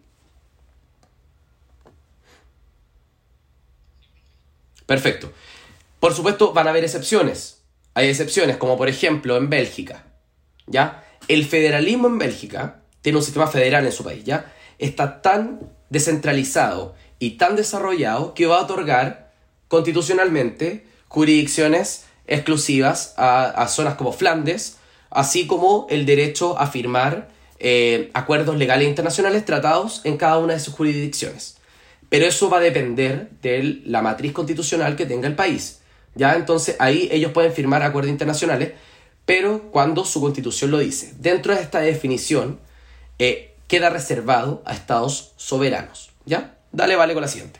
Perfecto. Por supuesto, van a haber excepciones. Hay excepciones, como por ejemplo en Bélgica, ¿ya? El federalismo en Bélgica tiene un sistema federal en su país, ¿ya? Está tan descentralizado y tan desarrollado que va a otorgar constitucionalmente jurisdicciones exclusivas a, a zonas como Flandes, así como el derecho a firmar eh, acuerdos legales internacionales tratados en cada una de sus jurisdicciones. Pero eso va a depender de la matriz constitucional que tenga el país, ¿ya? Entonces ahí ellos pueden firmar acuerdos internacionales, pero cuando su constitución lo dice. Dentro de esta definición eh, queda reservado a estados soberanos, ¿ya? Dale, vale con la siguiente.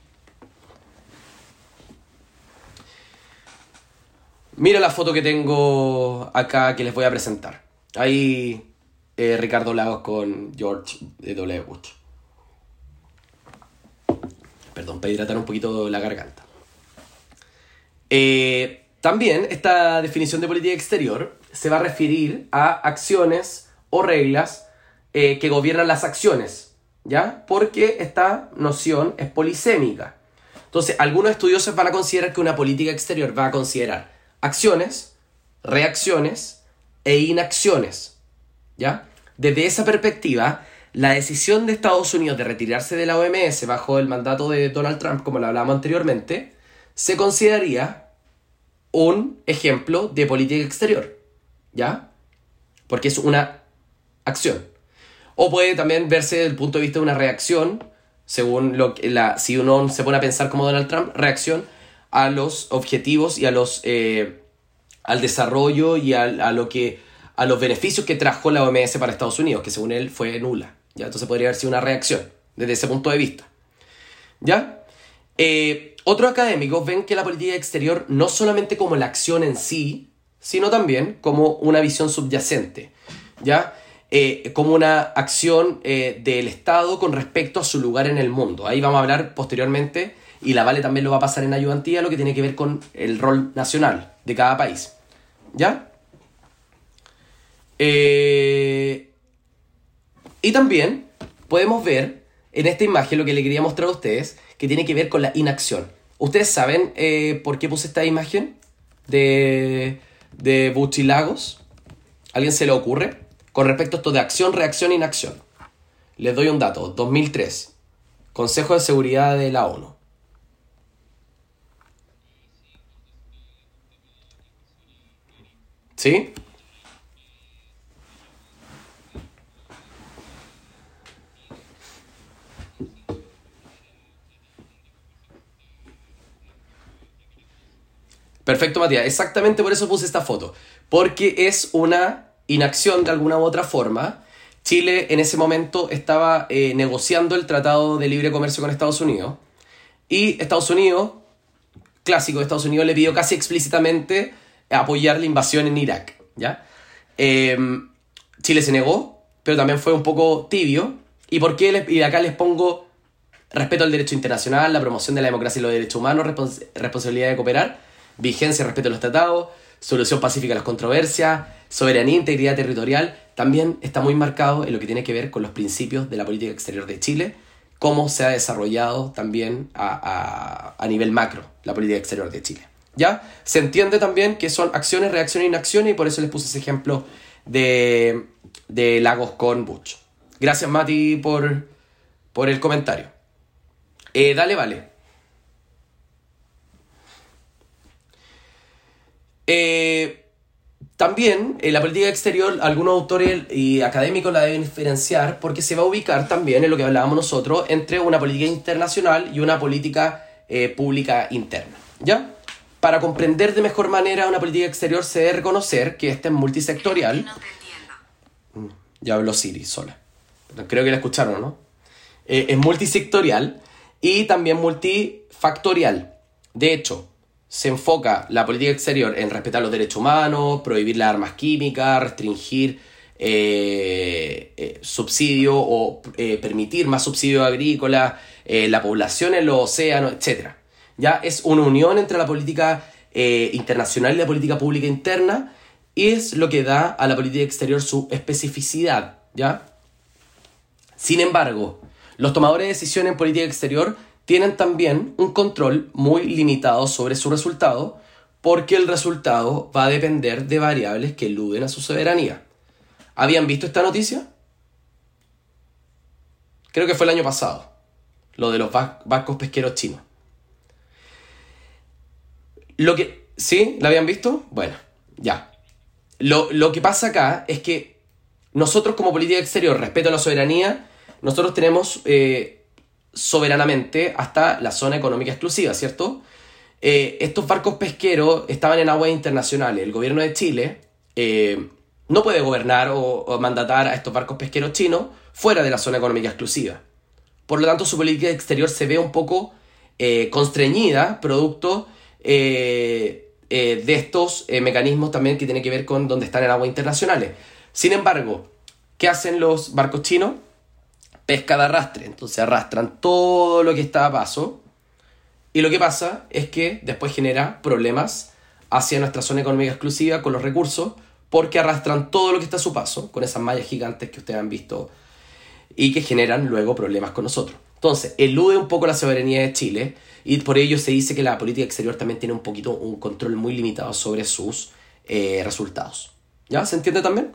Mira la foto que tengo acá que les voy a presentar. Ahí eh, Ricardo Lagos con George W. Bush. Perdón, para hidratar un poquito la garganta. Eh, también esta definición de política exterior se va a referir a acciones o reglas eh, que gobiernan las acciones, ¿ya? Porque esta noción es polisémica. Entonces, algunos estudiosos van a considerar que una política exterior va a considerar acciones, reacciones e inacciones, ¿ya? Desde esa perspectiva, la decisión de Estados Unidos de retirarse de la O M S bajo el mandato de Donald Trump, como lo hablábamos anteriormente, se consideraría un ejemplo de política exterior, ¿ya? Porque es una acción. O puede también verse desde el punto de vista de una reacción, según lo que la, si uno se pone a pensar como Donald Trump, reacción a los objetivos y a los eh, al desarrollo y a, a lo que a los beneficios que trajo la O M S para Estados Unidos, que según él fue nula, ¿ya? Entonces podría haber sido una reacción desde ese punto de vista, ¿ya? Eh, otros académicos ven que la política exterior no solamente como la acción en sí, sino también como una visión subyacente, ¿ya? Eh, como una acción eh, del Estado con respecto a su lugar en el mundo. Ahí vamos a hablar posteriormente, y la Vale también lo va a pasar en ayudantía, lo que tiene que ver con el rol nacional de cada país, ¿ya? Eh, y también podemos ver en esta imagen lo que le quería mostrar a ustedes, que tiene que ver con la inacción. ¿Ustedes saben eh, por qué puse esta imagen de, de Buchilagos? ¿Alguien se le ocurre? Con respecto a esto de acción, reacción e inacción. Les doy un dato. dos mil tres. Consejo de Seguridad de la ONU. ¿Sí? Perfecto, Matías. Exactamente por eso puse esta foto. Porque es una inacción de alguna u otra forma. Chile en ese momento estaba eh, negociando el Tratado de Libre Comercio con Estados Unidos. Y Estados Unidos, clásico de Estados Unidos, le pidió casi explícitamente apoyar la invasión en Irak, ¿ya? Eh, Chile se negó, pero también fue un poco tibio. ¿Y por qué? Les, y acá les pongo respeto al derecho internacional, la promoción de la democracia y los derechos humanos, respons responsabilidad de cooperar, vigencia y respeto a los tratados, solución pacífica a las controversias, soberanía e integridad territorial. También está muy marcado en lo que tiene que ver con los principios de la política exterior de Chile, cómo se ha desarrollado también a, a, a nivel macro la política exterior de Chile. ¿Ya? Se entiende también que son acciones, reacciones e inacciones, y por eso les puse ese ejemplo de, de Lagos con Bush. Gracias, Mati, por, por el comentario. Eh, dale, vale. Eh, también en la política exterior algunos autores y académicos la deben diferenciar, porque se va a ubicar también en lo que hablábamos nosotros entre una política internacional y una política eh, pública interna, ¿ya? Para comprender de mejor manera una política exterior se debe reconocer que esta es multisectorial. No te entiendo. Ya habló Siri sola. Creo que la escucharon, ¿no? Eh, es multisectorial y también multifactorial. De hecho, se enfoca la política exterior en respetar los derechos humanos, prohibir las armas químicas, restringir eh, eh, subsidio o eh, permitir más subsidios agrícolas, eh, la población en los océanos, etcétera. Ya es una unión entre la política eh, internacional y la política pública interna, y es lo que da a la política exterior su especificidad, ¿ya? Sin embargo, los tomadores de decisión en política exterior tienen también un control muy limitado sobre su resultado, porque el resultado va a depender de variables que eluden a su soberanía. ¿Habían visto esta noticia? Creo que fue el año pasado, lo de los barcos pesqueros chinos. Lo que... ¿Sí? ¿La habían visto? Bueno, ya. Lo, lo que pasa acá es que nosotros como política exterior, respeto a la soberanía, nosotros tenemos eh, soberanamente hasta la zona económica exclusiva, ¿cierto? Eh, estos barcos pesqueros estaban en aguas internacionales. El gobierno de Chile eh, no puede gobernar o, o mandatar a estos barcos pesqueros chinos fuera de la zona económica exclusiva. Por lo tanto, su política exterior se ve un poco eh, constreñida, producto eh, eh, de estos eh, mecanismos también que tienen que ver con donde están en aguas internacionales. Sin embargo, ¿qué hacen los barcos chinos? Pesca de arrastre. Entonces arrastran todo lo que está a paso Y lo que pasa es que después genera problemas hacia nuestra zona económica exclusiva con los recursos, porque arrastran todo lo que está a su paso, con esas mallas gigantes que ustedes han visto, y que generan luego problemas con nosotros. Entonces, elude un poco la soberanía de Chile, y por ello se dice que la política exterior también tiene un poquito un control muy limitado sobre sus eh, resultados. ¿Ya? ¿Se entiende también?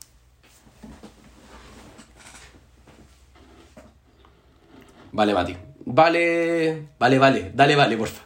Vale, Mati. Vale, vale, vale. Dale, vale, porfa.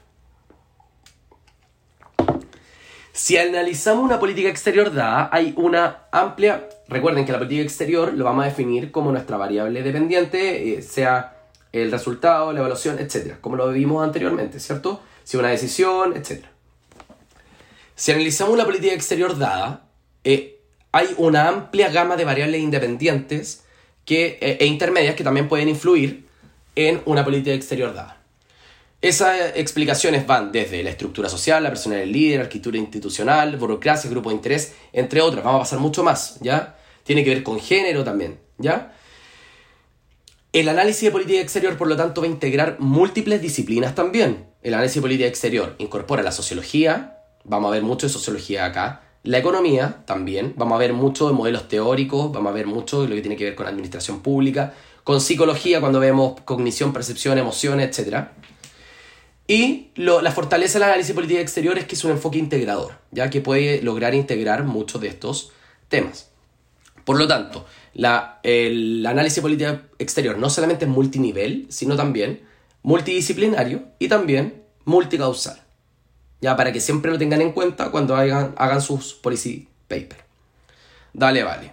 Si analizamos una política exterior dada, hay una amplia... Recuerden que la política exterior lo vamos a definir como nuestra variable dependiente, eh, sea el resultado, la evaluación, etcétera, como lo vimos anteriormente, ¿cierto? Si una decisión, etcétera. Si analizamos una política exterior dada, eh, hay una amplia gama de variables independientes que, eh, e intermedias que también pueden influir en una política exterior dada. Esas explicaciones van desde la estructura social, la personalidad del líder, arquitectura institucional, burocracia, grupo de interés, entre otras. Vamos a pasar mucho más, ¿ya? Tiene que ver con género también, ¿ya? El análisis de política exterior, por lo tanto, va a integrar múltiples disciplinas también. El análisis de política exterior incorpora la sociología, vamos a ver mucho de sociología acá, la economía también, vamos a ver mucho de modelos teóricos, vamos a ver mucho de lo que tiene que ver con administración pública, con psicología cuando vemos cognición, percepción, emociones, etcétera. Y lo, la fortaleza del análisis de política exterior es que es un enfoque integrador, ya que puede lograr integrar muchos de estos temas. Por lo tanto, la, el análisis de política exterior no solamente es multinivel, sino también multidisciplinario y también multicausal. Ya para que siempre lo tengan en cuenta cuando hagan, hagan sus policy papers. Dale, vale.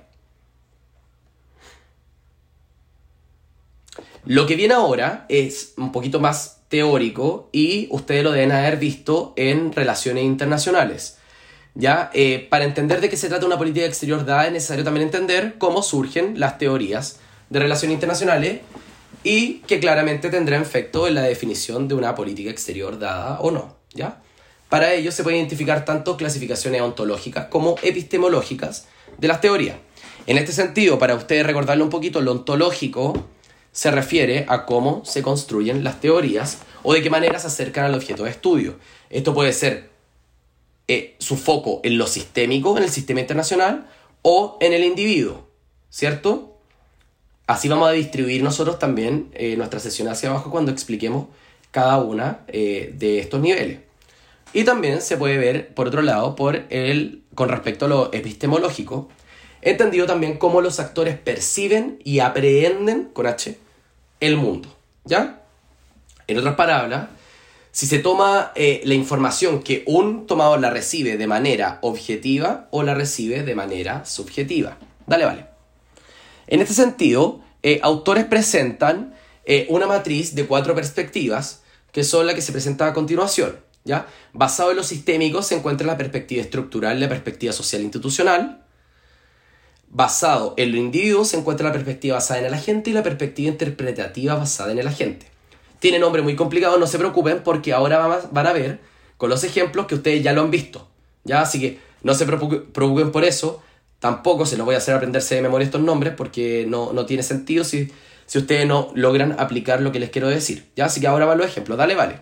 Lo que viene ahora es un poquito más teórico y ustedes lo deben haber visto en relaciones internacionales. ¿Ya? Eh, para entender de qué se trata una política exterior dada es necesario también entender cómo surgen las teorías de relaciones internacionales y que claramente tendrá efecto en la definición de una política exterior dada o no. ¿Ya? Para ello se pueden identificar tanto clasificaciones ontológicas como epistemológicas de las teorías. En este sentido, para ustedes recordarlo un poquito, lo ontológico se refiere a cómo se construyen las teorías o de qué manera se acercan al objeto de estudio. Esto puede ser eh, su foco en lo sistémico, en el sistema internacional, o en el individuo, ¿cierto? Así vamos a distribuir nosotros también eh, nuestra sesión hacia abajo cuando expliquemos cada una eh, de estos niveles. Y también se puede ver, por otro lado, por el, con respecto a lo epistemológico, entendido también cómo los actores perciben y aprehenden, con H, el mundo, ¿ya? En otras palabras, si se toma eh, la información que un tomador la recibe de manera objetiva o la recibe de manera subjetiva. Dale, vale. En este sentido, eh, autores presentan eh, una matriz de cuatro perspectivas, que son las que se presenta a continuación, ¿ya? Basado en lo sistémico se encuentra la perspectiva estructural y la perspectiva social institucional. Basado en lo individuo se encuentra la perspectiva basada en el agente y la perspectiva interpretativa basada en el agente. Tiene nombre muy complicado, no se preocupen porque ahora van a ver con los ejemplos que ustedes ya lo han visto, ¿ya? Así que no se preocupen por eso, tampoco se los voy a hacer aprenderse de memoria estos nombres porque no, no tiene sentido si, si ustedes no logran aplicar lo que les quiero decir, ¿ya? Así que ahora van los ejemplos, dale, vale.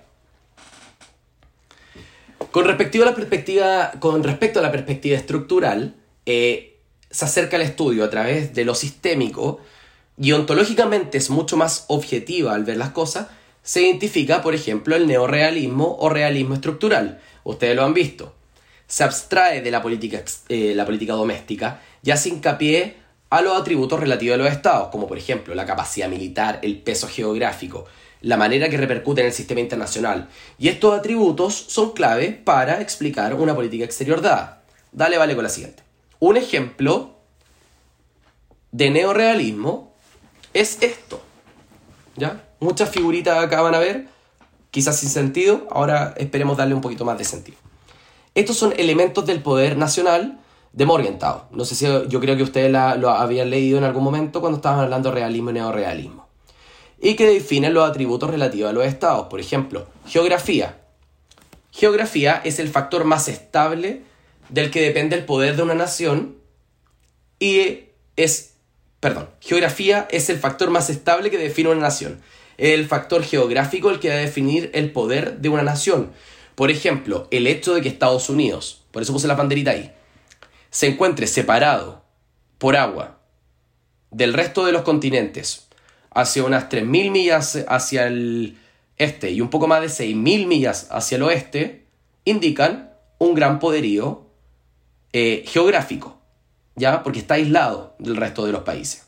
Con respecto a la perspectiva, con respecto a la perspectiva estructural, eh, se acerca al estudio a través de lo sistémico y ontológicamente es mucho más objetiva al ver las cosas, se identifica, por ejemplo, el neorrealismo o realismo estructural. Ustedes lo han visto. Se abstrae de la política, eh, la política doméstica y hace hincapié a los atributos relativos a los estados, como por ejemplo la capacidad militar, el peso geográfico, la manera que repercute en el sistema internacional. Y estos atributos son clave para explicar una política exterior dada. Dale, vale con la siguiente. Un ejemplo de neorrealismo es esto, ¿ya? Muchas figuritas acá van a ver, quizás sin sentido, ahora esperemos darle un poquito más de sentido. Estos son elementos del poder nacional de Morgenthau. No sé si yo creo que ustedes la, lo habían leído en algún momento cuando estaban hablando de realismo y neorrealismo. Y que definen los atributos relativos a los estados. Por ejemplo, geografía. Geografía es el factor más estable del que depende el poder de una nación y es, perdón, geografía es el factor más estable que define una nación. Es el factor geográfico el que va a definir el poder de una nación. Por ejemplo, el hecho de que Estados Unidos, por eso puse la banderita ahí, se encuentre separado por agua del resto de los continentes hacia unas tres mil millas hacia el este y un poco más de seis mil millas hacia el oeste, indican un gran poderío eh, geográfico, ¿ya? Porque está aislado del resto de los países.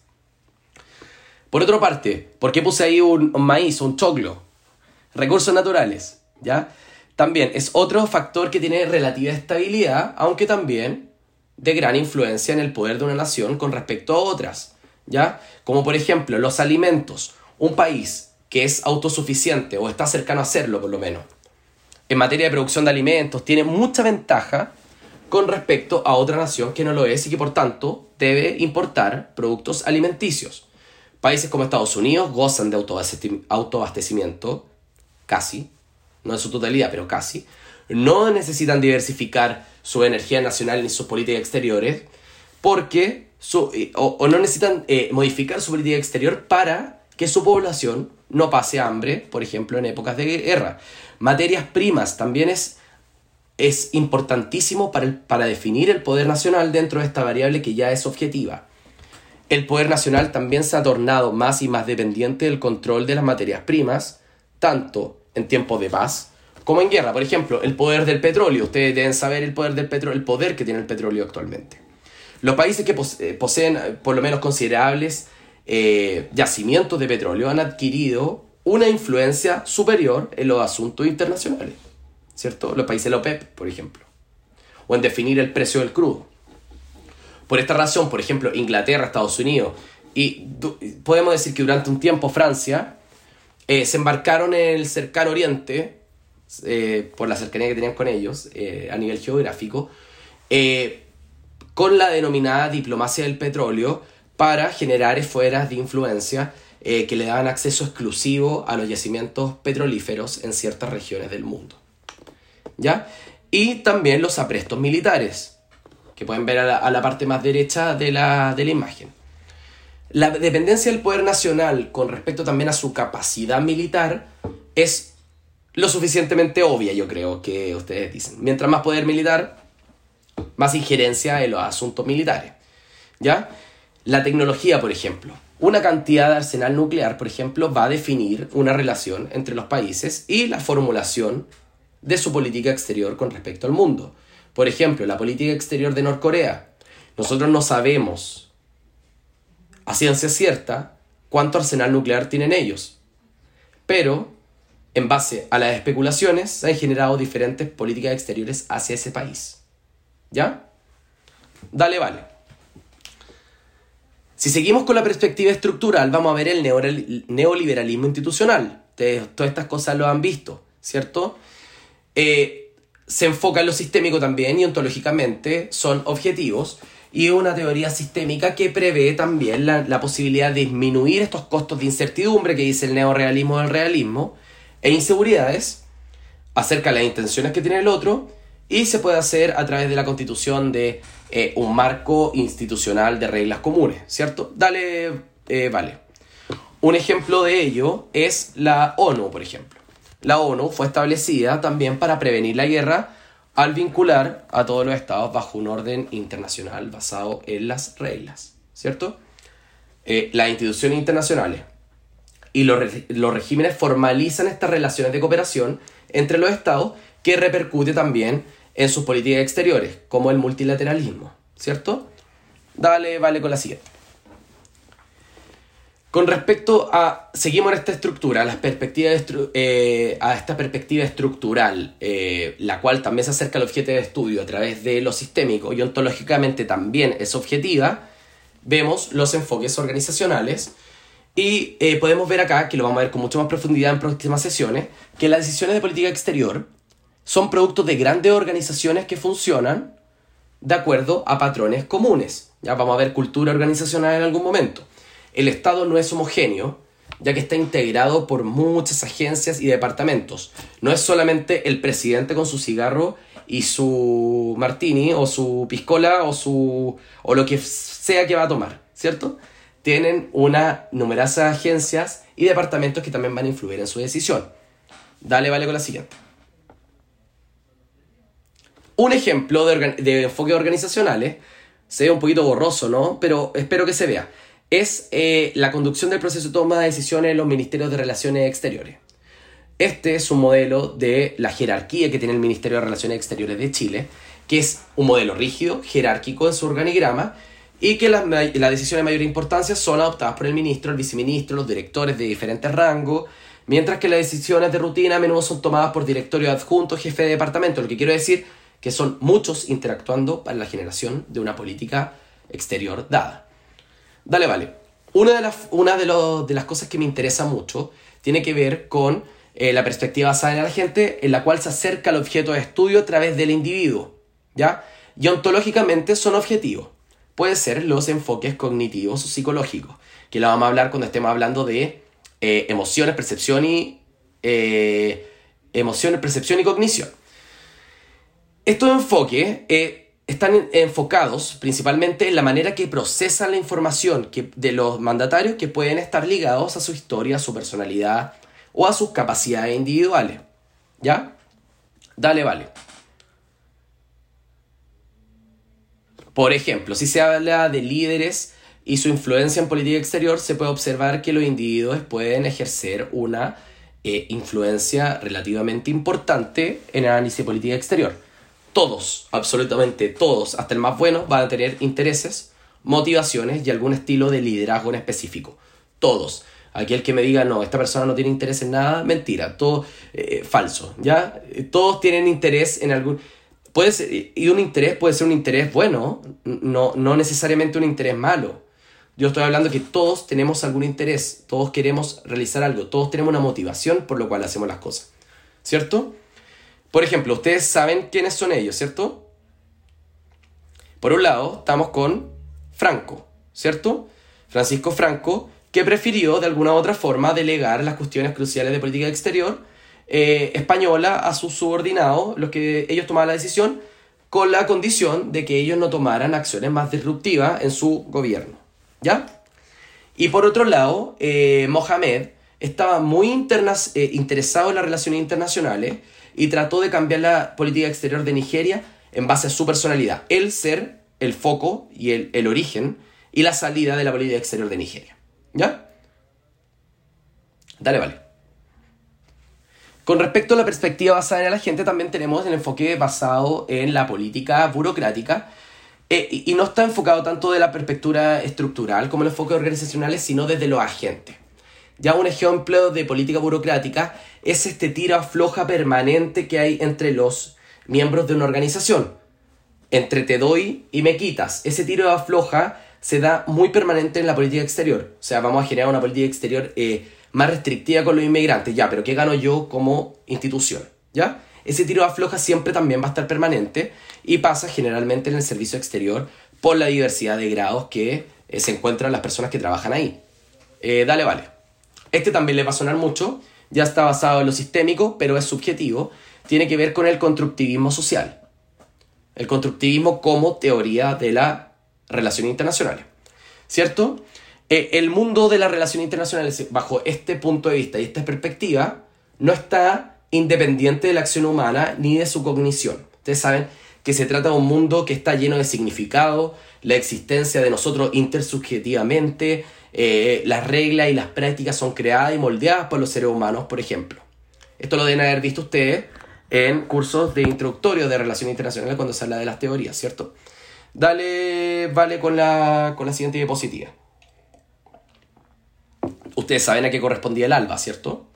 Por otra parte, ¿por qué puse ahí un, un maíz, un choclo? Recursos naturales, ¿ya? También es otro factor que tiene relativa estabilidad, aunque también de gran influencia en el poder de una nación con respecto a otras, ¿ya? Como por ejemplo, los alimentos. Un país que es autosuficiente, o está cercano a serlo por lo menos, en materia de producción de alimentos, tiene mucha ventaja con respecto a otra nación que no lo es y que por tanto debe importar productos alimenticios. Países como Estados Unidos gozan de autoabastecimiento, casi, no en su totalidad, pero casi. No necesitan diversificar su energía nacional ni sus políticas exteriores, porque su, o, o no necesitan eh, modificar su política exterior para que su población no pase hambre, por ejemplo, en épocas de guerra. Materias primas también es, es importantísimo para, el, para definir el poder nacional dentro de esta variable que ya es objetiva. El poder nacional también se ha tornado más y más dependiente del control de las materias primas, tanto en tiempos de paz como en guerra. Por ejemplo, el poder del petróleo. Ustedes deben saber el poder del petróleo, el poder que tiene el petróleo actualmente. Los países que pose- poseen por lo menos considerables eh, yacimientos de petróleo han adquirido una influencia superior en los asuntos internacionales, ¿cierto? Los países de la OPEP, por ejemplo, o en definir el precio del crudo. Por esta razón, por ejemplo, Inglaterra, Estados Unidos y podemos decir que durante un tiempo Francia eh, se embarcaron en el cercano oriente eh, por la cercanía que tenían con ellos eh, a nivel geográfico eh, con la denominada diplomacia del petróleo para generar esferas de influencia eh, que le daban acceso exclusivo a los yacimientos petrolíferos en ciertas regiones del mundo, ¿ya? Y también los aprestos militares, que pueden ver a la, a la parte más derecha de la, de la imagen. La dependencia del poder nacional con respecto también a su capacidad militar es lo suficientemente obvia, yo creo, que ustedes dicen. Mientras más poder militar, más injerencia en los asuntos militares, ¿ya? La tecnología, por ejemplo. Una cantidad de arsenal nuclear, por ejemplo, va a definir una relación entre los países y la formulación de su política exterior con respecto al mundo. Por ejemplo, la política exterior de Norcorea. Nosotros no sabemos a ciencia cierta cuánto arsenal nuclear tienen ellos. Pero, en base a las especulaciones, se han generado diferentes políticas exteriores hacia ese país. ¿Ya? Dale, vale. Si seguimos con la perspectiva estructural, vamos a ver el neoliberalismo institucional. Ustedes, todas estas cosas lo han visto, ¿cierto? Eh... Se enfoca en lo sistémico también y ontológicamente son objetivos y una teoría sistémica que prevé también la, la posibilidad de disminuir estos costos de incertidumbre que dice el neorrealismo del realismo e inseguridades acerca de las intenciones que tiene el otro, y se puede hacer a través de la constitución de eh, un marco institucional de reglas comunes, ¿cierto? Dale, eh, vale. Un ejemplo de ello es la ONU, por ejemplo. La ONU fue establecida también para prevenir la guerra al vincular a todos los estados bajo un orden internacional basado en las reglas, ¿cierto? Eh, las instituciones internacionales y los, re- los regímenes formalizan estas relaciones de cooperación entre los estados que repercute también en sus políticas exteriores, como el multilateralismo, ¿cierto? Dale, vale con la siguiente. Con respecto a, seguimos en esta estructura, a, las perspectivas estru, eh, a esta perspectiva estructural, eh, la cual también se acerca al objeto de estudio a través de lo sistémico y ontológicamente también es objetiva, vemos los enfoques organizacionales y eh, podemos ver acá, que lo vamos a ver con mucha más profundidad en próximas sesiones, que las decisiones de política exterior son productos de grandes organizaciones que funcionan de acuerdo a patrones comunes. Ya vamos a ver cultura organizacional en algún momento. El Estado no es homogéneo, ya que está integrado por muchas agencias y departamentos. No es solamente el presidente con su cigarro y su martini, o su piscola, o, su, o lo que sea que va a tomar, ¿cierto? tienen una numerosas agencias y departamentos que también van a influir en su decisión. Dale, vale con la siguiente. Un ejemplo de, organ- de enfoques organizacionales, se ve un poquito borroso, ¿no? Pero espero que se vea. Es eh, la conducción del proceso de toma de decisiones en los ministerios de Relaciones Exteriores. Este es un modelo de la jerarquía que tiene el Ministerio de Relaciones Exteriores de Chile, que es un modelo rígido, jerárquico en su organigrama, y que las, las decisiones de mayor importancia son adoptadas por el ministro, el viceministro, los directores de diferentes rangos, mientras que las decisiones de rutina a menudo son tomadas por directorio adjunto, jefe de departamento, lo que quiero decir que son muchos interactuando para la generación de una política exterior dada. Dale, vale. Una de las, una de, los, de las cosas que me interesa mucho tiene que ver con eh, la perspectiva basada en la gente, en la cual se acerca al objeto de estudio a través del individuo, ¿ya? Y ontológicamente son objetivos. Pueden ser los enfoques cognitivos o psicológicos, que lo vamos a hablar cuando estemos hablando de eh, emociones, percepción y eh, emociones, percepción y cognición. Estos enfoques eh, están enfocados principalmente en la manera que procesan la información que, de los mandatarios, que pueden estar ligados a su historia, a su personalidad o a sus capacidades individuales. ¿Ya? Dale, vale. Por ejemplo, si se habla de líderes y su influencia en política exterior, se puede observar que los individuos pueden ejercer una eh, influencia relativamente importante en el análisis de política exterior. Todos, absolutamente todos, hasta el más bueno, van a tener intereses, motivaciones y algún estilo de liderazgo en específico. Todos. Aquel que me diga, no, esta persona no tiene interés en nada, mentira, todo eh, falso, ¿ya? Todos tienen interés en algún... Puede ser, y un interés puede ser un interés bueno, no, no necesariamente un interés malo. Yo estoy hablando que todos tenemos algún interés, todos queremos realizar algo, todos tenemos una motivación por lo cual hacemos las cosas, ¿cierto? Por ejemplo, ustedes saben quiénes son ellos, ¿cierto? Por un lado, estamos con Franco, ¿cierto? Francisco Franco, que prefirió de alguna u otra forma delegar las cuestiones cruciales de política exterior eh, española a sus subordinados, los que ellos tomaban la decisión, con la condición de que ellos no tomaran acciones más disruptivas en su gobierno, ¿ya? Y por otro lado, eh, Mohamed estaba muy internas, eh, interesado en las relaciones internacionales y trató de cambiar la política exterior de Nigeria en base a su personalidad. Él ser el foco y el, el origen y la salida de la política exterior de Nigeria. ¿Ya? Dale, vale. Con respecto a la perspectiva basada en la gente, también tenemos el enfoque basado en la política burocrática. Eh, y, y no está enfocado tanto de la perspectiva estructural como el enfoque organizacional, sino desde los agentes. Ya un ejemplo de política burocrática es este tira afloja permanente que hay entre los miembros de una organización. Entre te doy y me quitas. Ese tiro afloja se da muy permanente en la política exterior. O sea, vamos a generar una política exterior eh, más restrictiva con los inmigrantes. Ya, pero ¿qué gano yo como institución? ¿Ya? Ese tiro afloja siempre también va a estar permanente y pasa generalmente en el servicio exterior por la diversidad de grados que eh, se encuentran las personas que trabajan ahí. Eh, dale, vale. Este también le va a sonar mucho, ya está basado en lo sistémico, pero es subjetivo. Tiene que ver con el constructivismo social. El constructivismo como teoría de las relaciones internacionales, ¿cierto? Eh, el mundo de las relaciones internacionales, bajo este punto de vista y esta perspectiva, no está independiente de la acción humana ni de su cognición. Ustedes saben que se trata de un mundo que está lleno de significado, la existencia de nosotros intersubjetivamente, eh, las reglas y las prácticas son creadas y moldeadas por los seres humanos, por ejemplo. Esto lo deben haber visto ustedes en cursos de introductorio de relaciones internacionales cuando se habla de las teorías, ¿cierto? Dale, vale con la, con la siguiente diapositiva. Ustedes saben a qué correspondía el ALBA, ¿cierto?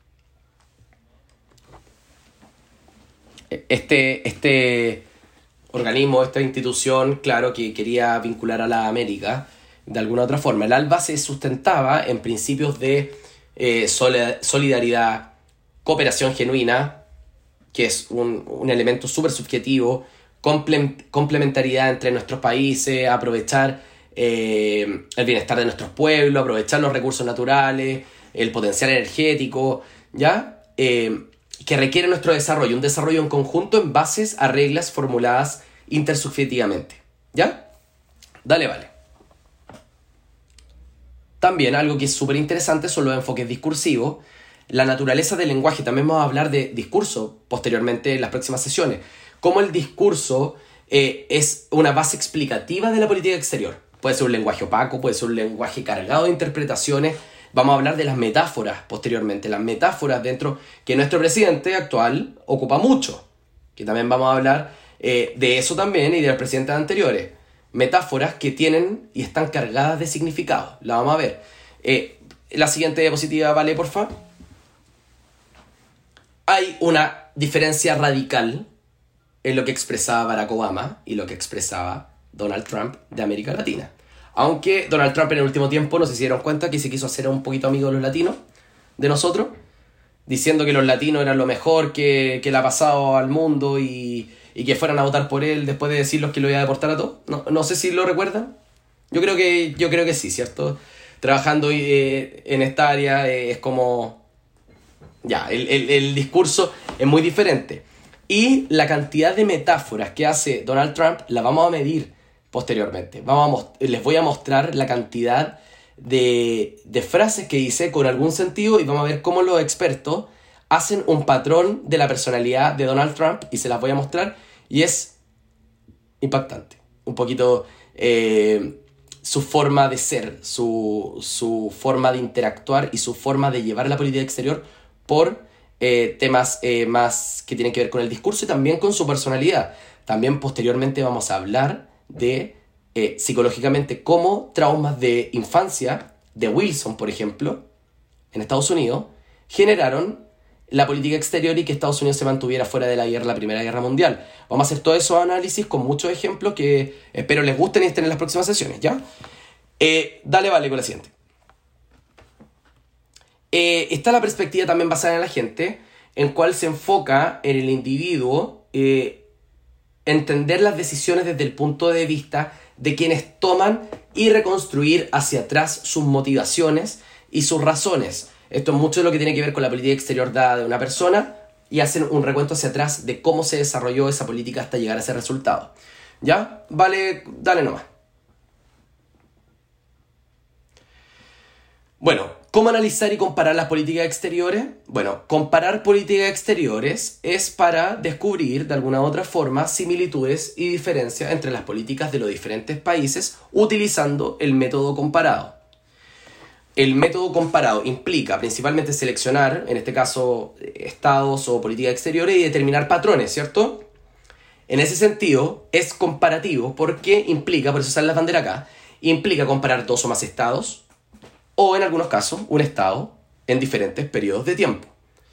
Este, este organismo, esta institución, claro, que quería vincular a la América de alguna otra forma. El ALBA se sustentaba en principios de eh, solidaridad, cooperación genuina, que es un, un elemento súper subjetivo, comple- complementariedad entre nuestros países, aprovechar eh, el bienestar de nuestros pueblos, aprovechar los recursos naturales, el potencial energético, ¿ya? Eh, que requiere nuestro desarrollo, un desarrollo en conjunto en bases a reglas formuladas intersubjetivamente, ¿ya? Dale, vale. También algo que es súper interesante son los enfoques discursivos, la naturaleza del lenguaje. También vamos a hablar de discurso posteriormente en las próximas sesiones. Cómo el discurso eh, es una base explicativa de la política exterior. Puede ser un lenguaje opaco, puede ser un lenguaje cargado de interpretaciones. Vamos a hablar de las metáforas posteriormente, las metáforas dentro que nuestro presidente actual ocupa mucho. Que también vamos a hablar eh, de eso también y de los presidentes anteriores. Metáforas que tienen y están cargadas de significado. La vamos a ver. Eh, la siguiente diapositiva, ¿vale, por favor? Hay una diferencia radical en lo que expresaba Barack Obama y lo que expresaba Donald Trump de América Latina. Aunque Donald Trump en el último tiempo, no sé si se dieron cuenta, que se quiso hacer un poquito amigo de los latinos, de nosotros, diciendo que los latinos eran lo mejor que, que le ha pasado al mundo y, y que fueran a votar por él después de decirles que lo iba a deportar a todos. No, no sé si lo recuerdan. Yo creo que, yo creo que sí, ¿cierto? Trabajando eh, en esta área eh, es como... Ya, el, el, el discurso es muy diferente. Y la cantidad de metáforas que hace Donald Trump la vamos a medir posteriormente. Vamos a les voy a mostrar la cantidad de, de frases que dice con algún sentido y vamos a ver cómo los expertos hacen un patrón de la personalidad de Donald Trump y se las voy a mostrar y es impactante. Un poquito eh, su forma de ser, su, su forma de interactuar y su forma de llevar la política exterior por eh, temas eh, más que tienen que ver con el discurso y también con su personalidad. También posteriormente vamos a hablar de eh, psicológicamente cómo traumas de infancia de Wilson, por ejemplo, en Estados Unidos, generaron la política exterior y que Estados Unidos se mantuviera fuera de la guerra, la Primera Guerra Mundial. Vamos a hacer todos esos análisis con muchos ejemplos que espero les gusten y estén en las próximas sesiones, ¿ya? Eh, dale, vale, con la siguiente. Eh, está la perspectiva también basada en la gente, en cual se enfoca en el individuo, eh, entender las decisiones desde el punto de vista de quienes toman y reconstruir hacia atrás sus motivaciones y sus razones. Esto es mucho de lo que tiene que ver con la política exterior dada de una persona y hacen un recuento hacia atrás de cómo se desarrolló esa política hasta llegar a ese resultado. ¿Ya? Vale, dale nomás. Bueno, ¿cómo analizar y comparar las políticas exteriores? Bueno, comparar políticas exteriores es para descubrir de alguna u otra forma similitudes y diferencias entre las políticas de los diferentes países utilizando el método comparado. El método comparado implica principalmente seleccionar, en este caso, estados o políticas exteriores y determinar patrones, ¿cierto? En ese sentido, es comparativo porque implica, por eso sale la bandera acá, implica comparar dos o más estados, o en algunos casos, un estado en diferentes periodos de tiempo.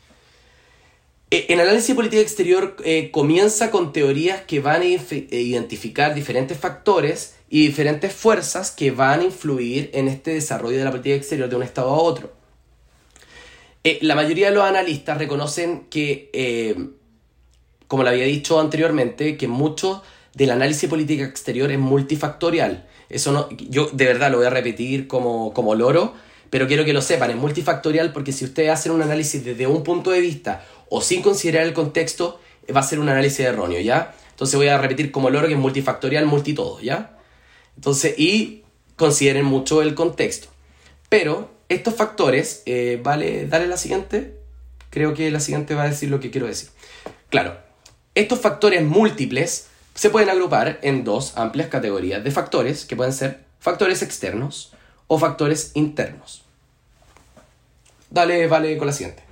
El análisis de política exterior eh, comienza con teorías que van a identificar diferentes factores y diferentes fuerzas que van a influir en este desarrollo de la política exterior de un estado a otro. Eh, la mayoría de los analistas reconocen que, eh, como le había dicho anteriormente, que mucho del análisis de política exterior es multifactorial. Eso no, yo de verdad lo voy a repetir como, como loro, pero quiero que lo sepan, es multifactorial porque si ustedes hacen un análisis desde un punto de vista o sin considerar el contexto, va a ser un análisis erróneo, ¿ya? Entonces voy a repetir como loro que es multifactorial, multitodo, ¿ya? Entonces, y consideren mucho el contexto. Pero estos factores, eh, vale, dale la siguiente, creo que la siguiente va a decir lo que quiero decir. Claro, estos factores múltiples se pueden agrupar en dos amplias categorías de factores que pueden ser factores externos o factores internos. Dale, vale, con la siguiente.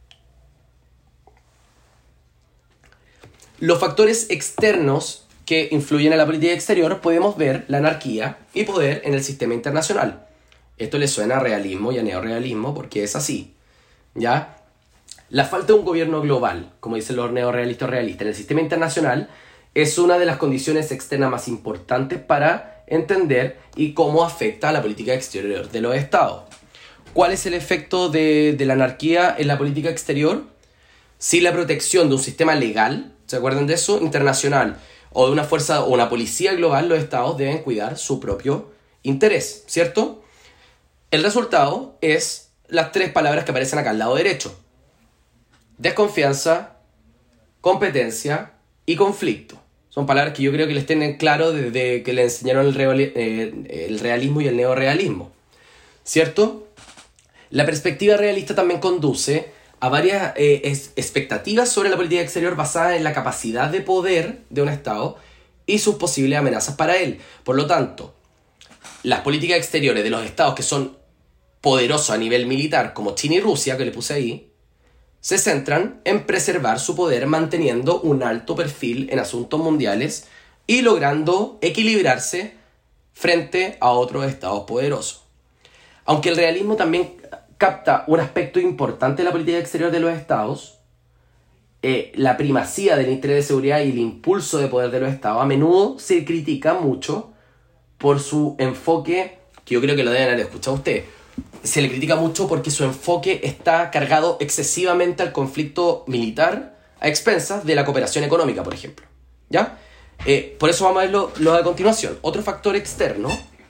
Los factores externos que influyen en la política exterior podemos ver la anarquía y poder en el sistema internacional. Esto le suena a realismo y a neorrealismo porque es así, ¿ya? La falta de un gobierno global, como dicen los neorrealistas realistas, en el sistema internacional es una de las condiciones externas más importantes para entender y cómo afecta a la política exterior de los estados. ¿Cuál es el efecto de, de la anarquía en la política exterior? Sin la protección de un sistema legal, ¿se acuerdan de eso? Internacional, o de una fuerza o una policía global, los estados deben cuidar su propio interés, ¿cierto? El resultado es las tres palabras que aparecen acá al lado derecho. Desconfianza, competencia y conflicto. Son palabras que yo creo que les tienen claro desde que le enseñaron el, real, eh, el realismo y el neorrealismo. ¿cierto? La perspectiva realista también conduce a varias eh, es, expectativas sobre la política exterior basada en la capacidad de poder de un Estado y sus posibles amenazas para él. Por lo tanto, las políticas exteriores de los Estados que son poderosos a nivel militar, como China y Rusia, que le puse ahí, se centran en preservar su poder manteniendo un alto perfil en asuntos mundiales y logrando equilibrarse frente a otros estados poderosos. Aunque el realismo también capta un aspecto importante de la política exterior de los estados, eh, la primacía del interés de seguridad y el impulso de poder de los estados a menudo se critica mucho por su enfoque, que yo creo que lo deben haber escuchado ustedes. Se le critica mucho porque su enfoque está cargado excesivamente al conflicto militar a expensas de la cooperación económica, por ejemplo. ¿Ya? Eh, por eso vamos a verlo lo a continuación. Otro factor externo,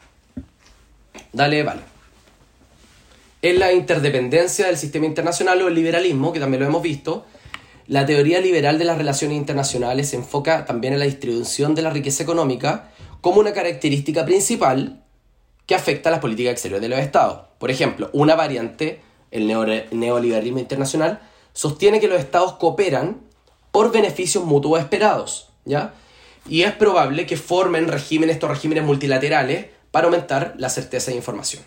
dale, vale, es la interdependencia del sistema internacional o el liberalismo, que también lo hemos visto. La teoría liberal de las relaciones internacionales se enfoca también en la distribución de la riqueza económica como una característica principal que afecta a las políticas exteriores de los estados. Por ejemplo, una variante, el neoliberalismo internacional, sostiene que los estados cooperan por beneficios mutuos esperados, ¿ya? Y es probable que formen regímenes, estos regímenes multilaterales para aumentar la certeza de información.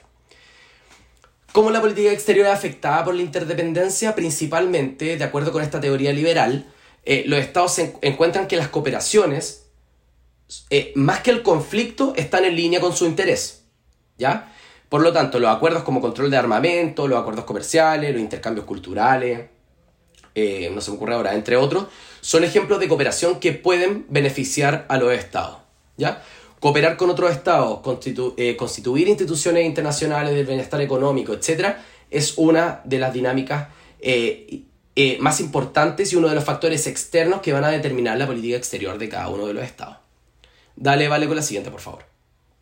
¿Cómo la política exterior es afectada por la interdependencia? Principalmente, de acuerdo con esta teoría liberal, eh, los estados se encuentran que las cooperaciones, eh, más que el conflicto, están en línea con su interés, ¿ya? Por lo tanto, los acuerdos como control de armamento, los acuerdos comerciales, los intercambios culturales, eh, no se me ocurre ahora, entre otros, son ejemplos de cooperación que pueden beneficiar a los estados, ¿ya? Cooperar con otros estados, constitu- eh, constituir instituciones internacionales del bienestar económico, etcétera, es una de las dinámicas eh, eh, más importantes y uno de los factores externos que van a determinar la política exterior de cada uno de los estados. Dale, vale, con la siguiente, por favor.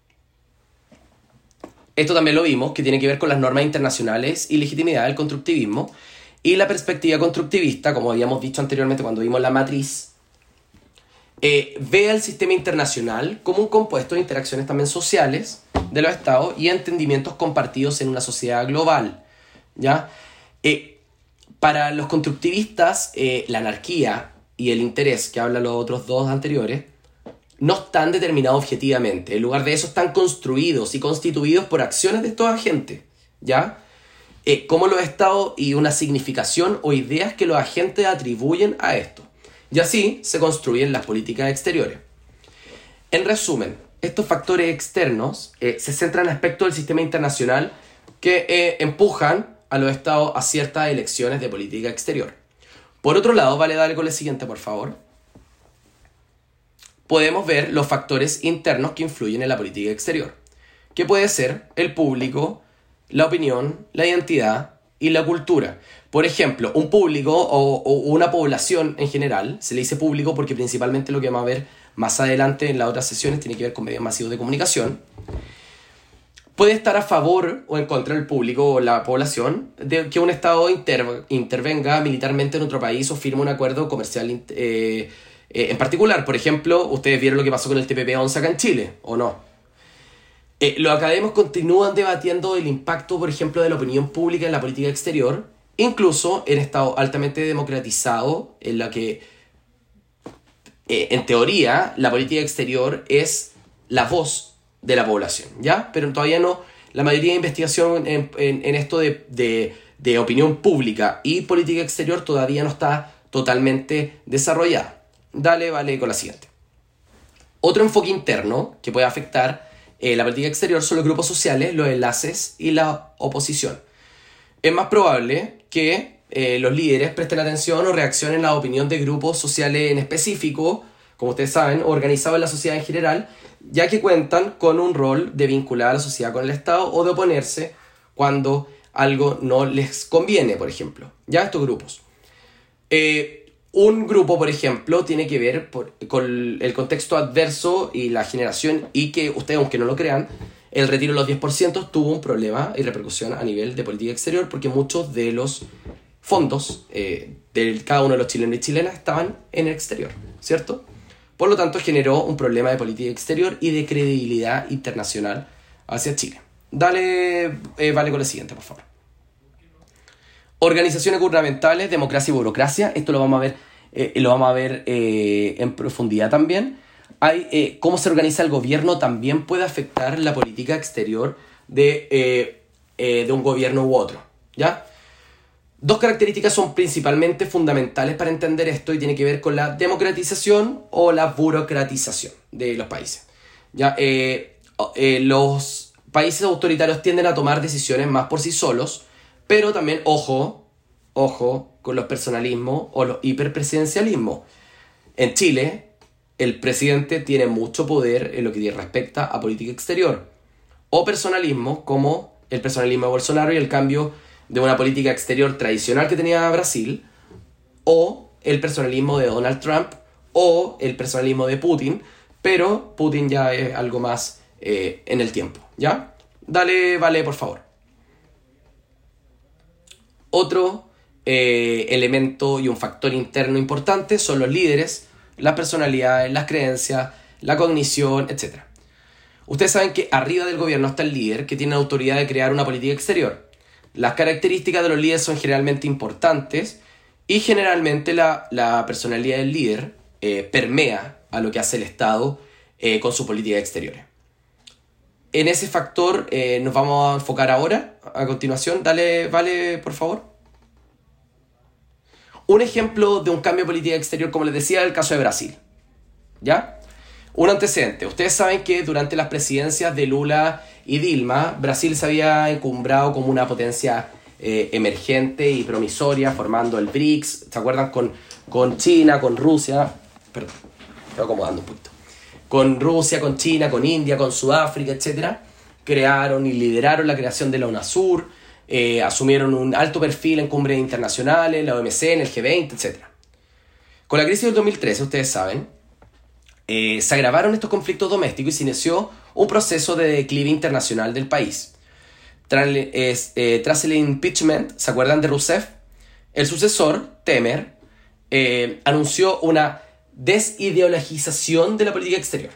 Esto también lo vimos, que tiene que ver con las normas internacionales y legitimidad del constructivismo. Y la perspectiva constructivista, como habíamos dicho anteriormente cuando vimos la matriz, eh, ve al sistema internacional como un compuesto de interacciones también sociales de los estados y entendimientos compartidos en una sociedad global, ¿ya? Eh, para los constructivistas, eh, la anarquía y el interés, que hablan los otros dos anteriores, no están determinados objetivamente. En lugar de eso, están construidos y constituidos por acciones de estos agentes, ¿ya? Eh, como los estados y una significación o ideas que los agentes atribuyen a esto. Y así se construyen las políticas exteriores. En resumen, estos factores externos eh, se centran en aspectos del sistema internacional que eh, empujan a los estados a ciertas elecciones de política exterior. Por otro lado, vale darle con la siguiente, por favor. Podemos ver los factores internos que influyen en la política exterior, que puede ser el público, la opinión, la identidad y la cultura. Por ejemplo, un público o, o una población en general, se le dice público porque principalmente lo que vamos a ver más adelante en las otras sesiones tiene que ver con medios masivos de comunicación, puede estar a favor o en contra del público o la población de que un Estado inter, intervenga militarmente en otro país o firme un acuerdo comercial eh, eh, en particular. Por ejemplo, ustedes vieron lo que pasó con el T P P once acá en Chile, ¿o no? Eh, los académicos continúan debatiendo el impacto, por ejemplo, de la opinión pública en la política exterior, incluso en estados altamente democratizados, en la que, eh, en teoría, la política exterior es la voz de la población, ¿ya? Pero todavía no, la mayoría de investigación en, en, en esto de, de, de opinión pública y política exterior todavía no está totalmente desarrollada. Dale, vale, con la siguiente. Otro enfoque interno que puede afectar eh, la política exterior son los grupos sociales, los enlaces y la oposición. Es más probable que eh, los líderes presten atención o reaccionen a la opinión de grupos sociales en específico, como ustedes saben, organizados en la sociedad en general, ya que cuentan con un rol de vincular a la sociedad con el Estado o de oponerse cuando algo no les conviene, por ejemplo. Ya estos grupos. Eh, un grupo, por ejemplo, tiene que ver por, con el contexto adverso y la generación, y que ustedes, aunque no lo crean, el retiro de los diez por ciento tuvo un problema y repercusión a nivel de política exterior porque muchos de los fondos eh, de cada uno de los chilenos y chilenas estaban en el exterior, ¿cierto? Por lo tanto, generó un problema de política exterior y de credibilidad internacional hacia Chile. Dale, eh, vale con la siguiente, por favor. Organizaciones gubernamentales, democracia y burocracia. Esto lo vamos a ver, eh, lo vamos a ver eh, en profundidad también. Hay, eh, cómo se organiza el gobierno también puede afectar la política exterior de, eh, eh, de un gobierno u otro, ¿ya? Dos características son principalmente fundamentales para entender esto y tiene que ver con la democratización o la burocratización de los países. ¿Ya? Eh, eh, los países autoritarios tienden a tomar decisiones más por sí solos, pero también, ojo, ojo con los personalismos o los hiperpresidencialismos. En Chile, el presidente tiene mucho poder en lo que respecta a política exterior. O personalismo, como el personalismo de Bolsonaro y el cambio de una política exterior tradicional que tenía Brasil, o el personalismo de Donald Trump, o el personalismo de Putin, pero Putin ya es algo más eh, en el tiempo, ¿ya? Dale, vale, por favor. Otro eh, elemento y un factor interno importante son los líderes, las personalidades, las creencias, la cognición, etcétera. Ustedes saben que arriba del gobierno está el líder, que tiene la autoridad de crear una política exterior. Las características de los líderes son generalmente importantes y generalmente la, la personalidad del líder eh, permea a lo que hace el Estado eh, con su política exterior. En ese factor eh, nos vamos a enfocar ahora, a continuación. Dale, vale, por favor. Un ejemplo de un cambio de política exterior, como les decía, es el caso de Brasil, ¿ya? Un antecedente. Ustedes saben que durante las presidencias de Lula y Dilma, Brasil se había encumbrado como una potencia eh, emergente y promisoria, formando el BRICS, ¿se acuerdan? Con, con China, con Rusia, perdón, estoy acomodando un poquito, con Rusia, con China, con India, con Sudáfrica, etcétera. Crearon y lideraron la creación de la UNASUR, eh, asumieron un alto perfil en cumbres internacionales, la O M C, en el G veinte, etcétera. Con la crisis del dos mil trece, ustedes saben, Eh, se agravaron estos conflictos domésticos y se inició un proceso de declive internacional del país. Tras, es, eh, tras el impeachment, ¿se acuerdan de Rousseff? El sucesor, Temer, eh, anunció una desideologización de la política exterior,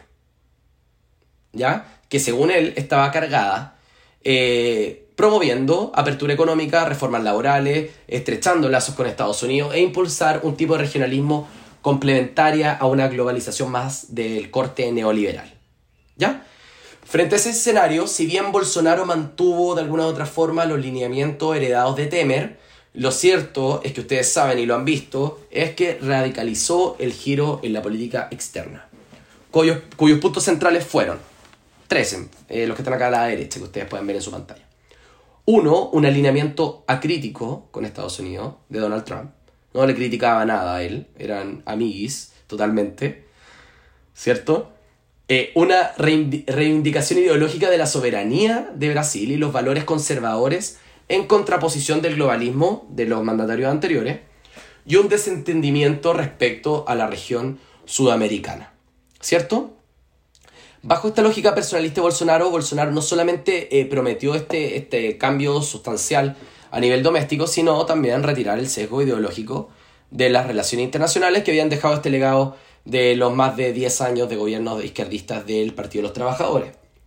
¿ya? Que según él estaba cargada, eh, promoviendo apertura económica, reformas laborales, estrechando lazos con Estados Unidos e impulsar un tipo de regionalismo complementaria a una globalización más del corte neoliberal, ¿ya? Frente a ese escenario, si bien Bolsonaro mantuvo de alguna u otra forma los lineamientos heredados de Temer, lo cierto es que ustedes saben y lo han visto, es que radicalizó el giro en la política externa, cuyos, cuyos puntos centrales fueron trece, eh, los que están acá a la derecha, que ustedes pueden ver en su pantalla. Uno, un alineamiento acrítico con Estados Unidos, de Donald Trump. No le criticaba nada a él, eran amiguis totalmente, ¿cierto? Eh, una reivindicación ideológica de la soberanía de Brasil y los valores conservadores en contraposición del globalismo de los mandatarios anteriores y un desentendimiento respecto a la región sudamericana, ¿cierto? Bajo esta lógica personalista de Bolsonaro, Bolsonaro no solamente eh, prometió este, este cambio sustancial a nivel doméstico, sino también retirar el sesgo ideológico de las relaciones internacionales que habían dejado este legado de los más de diez años de gobiernos izquierdistas del Partido de los Trabajadores.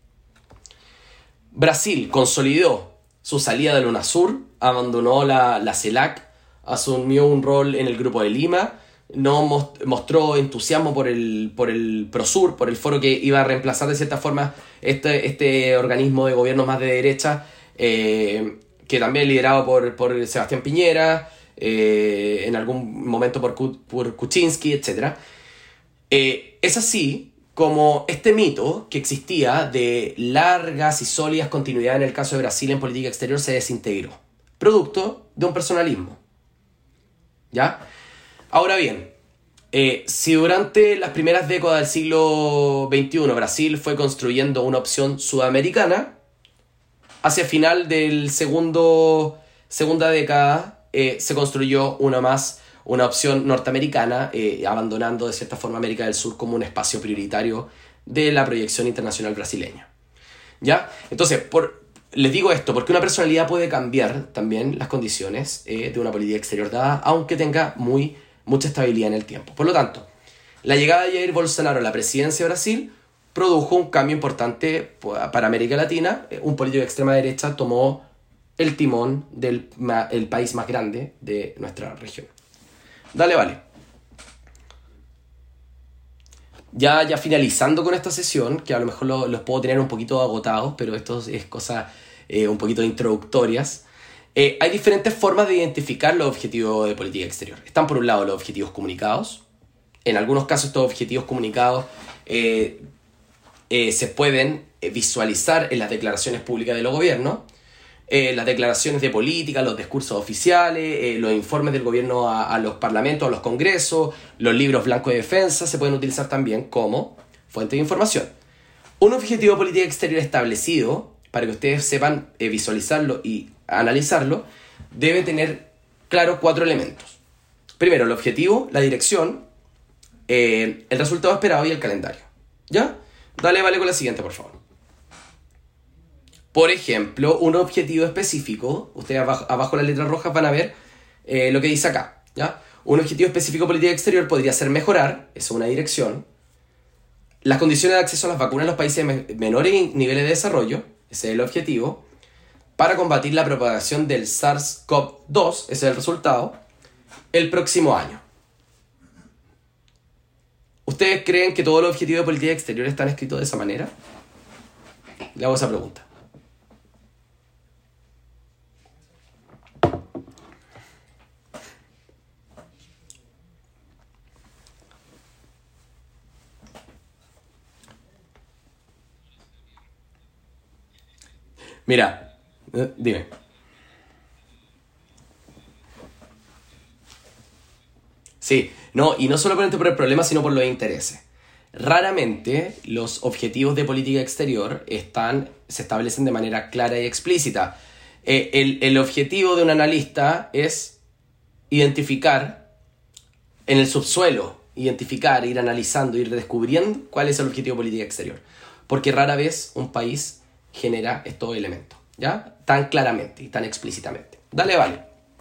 Brasil consolidó su salida de la UNASUR, abandonó la, la CELAC, asumió un rol en el Grupo de Lima, no mostró entusiasmo por el, por el PROSUR, por el foro que iba a reemplazar de cierta forma este, este organismo de gobierno más de derecha, eh, que también liderado por, por Sebastián Piñera, eh, en algún momento por, por Kuczynski, etcétera. Eh, es así como este mito que existía de largas y sólidas continuidades en el caso de Brasil en política exterior se desintegró, producto de un personalismo, ¿ya? Ahora bien, eh, si durante las primeras décadas del siglo veintiuno Brasil fue construyendo una opción sudamericana, hacia el final del segundo, segunda década eh, se construyó una más, una opción norteamericana, eh, abandonando de cierta forma América del Sur como un espacio prioritario de la proyección internacional brasileña, ¿ya? Entonces, por, les digo esto porque una personalidad puede cambiar también las condiciones eh, de una política exterior dada, aunque tenga muy, mucha estabilidad en el tiempo. Por lo tanto, la llegada de Jair Bolsonaro a la presidencia de Brasil produjo un cambio importante para América Latina. Un político de extrema derecha tomó el timón del el país más grande de nuestra región. Dale, vale. Ya, ya finalizando con esta sesión, que a lo mejor los, los puedo tener un poquito agotados, pero esto es cosas eh, un poquito introductorias. Eh, hay diferentes formas de identificar los objetivos de política exterior. Están por un lado los objetivos comunicados. En algunos casos estos objetivos comunicados eh, eh, se pueden visualizar en las declaraciones públicas de los gobiernos. Eh, las declaraciones de política, los discursos oficiales, eh, los informes del gobierno a, a los parlamentos, a los congresos, los libros blancos de defensa se pueden utilizar también como fuente de información. Un objetivo de política exterior establecido, para que ustedes sepan eh, visualizarlo y analizarlo, debe tener claro cuatro elementos. Primero, el objetivo, la dirección, eh, el resultado esperado y el calendario. ¿Ya? Dale, vale con la siguiente, por favor. Por ejemplo, un objetivo específico, ustedes abajo, abajo las letras rojas van a ver eh, lo que dice acá, ¿ya? Un objetivo específico de política exterior podría ser mejorar, eso es una dirección, las condiciones de acceso a las vacunas en los países de menores niveles de desarrollo, ese es el objetivo, para combatir la propagación del SARS-CoV dos, ese es el resultado, el próximo año. ¿Ustedes creen que todos los objetivos de política exterior están escritos de esa manera? Le hago esa pregunta. Mira, eh, dime. Sí, no, y no solamente por el problema, sino por los intereses. Raramente los objetivos de política exterior están, se establecen de manera clara y explícita. Eh, el, el objetivo de un analista es identificar en el subsuelo, identificar, ir analizando, ir descubriendo cuál es el objetivo de política exterior. Porque rara vez un país genera estos elementos, ¿ya? Tan claramente y tan explícitamente. Dale, vale.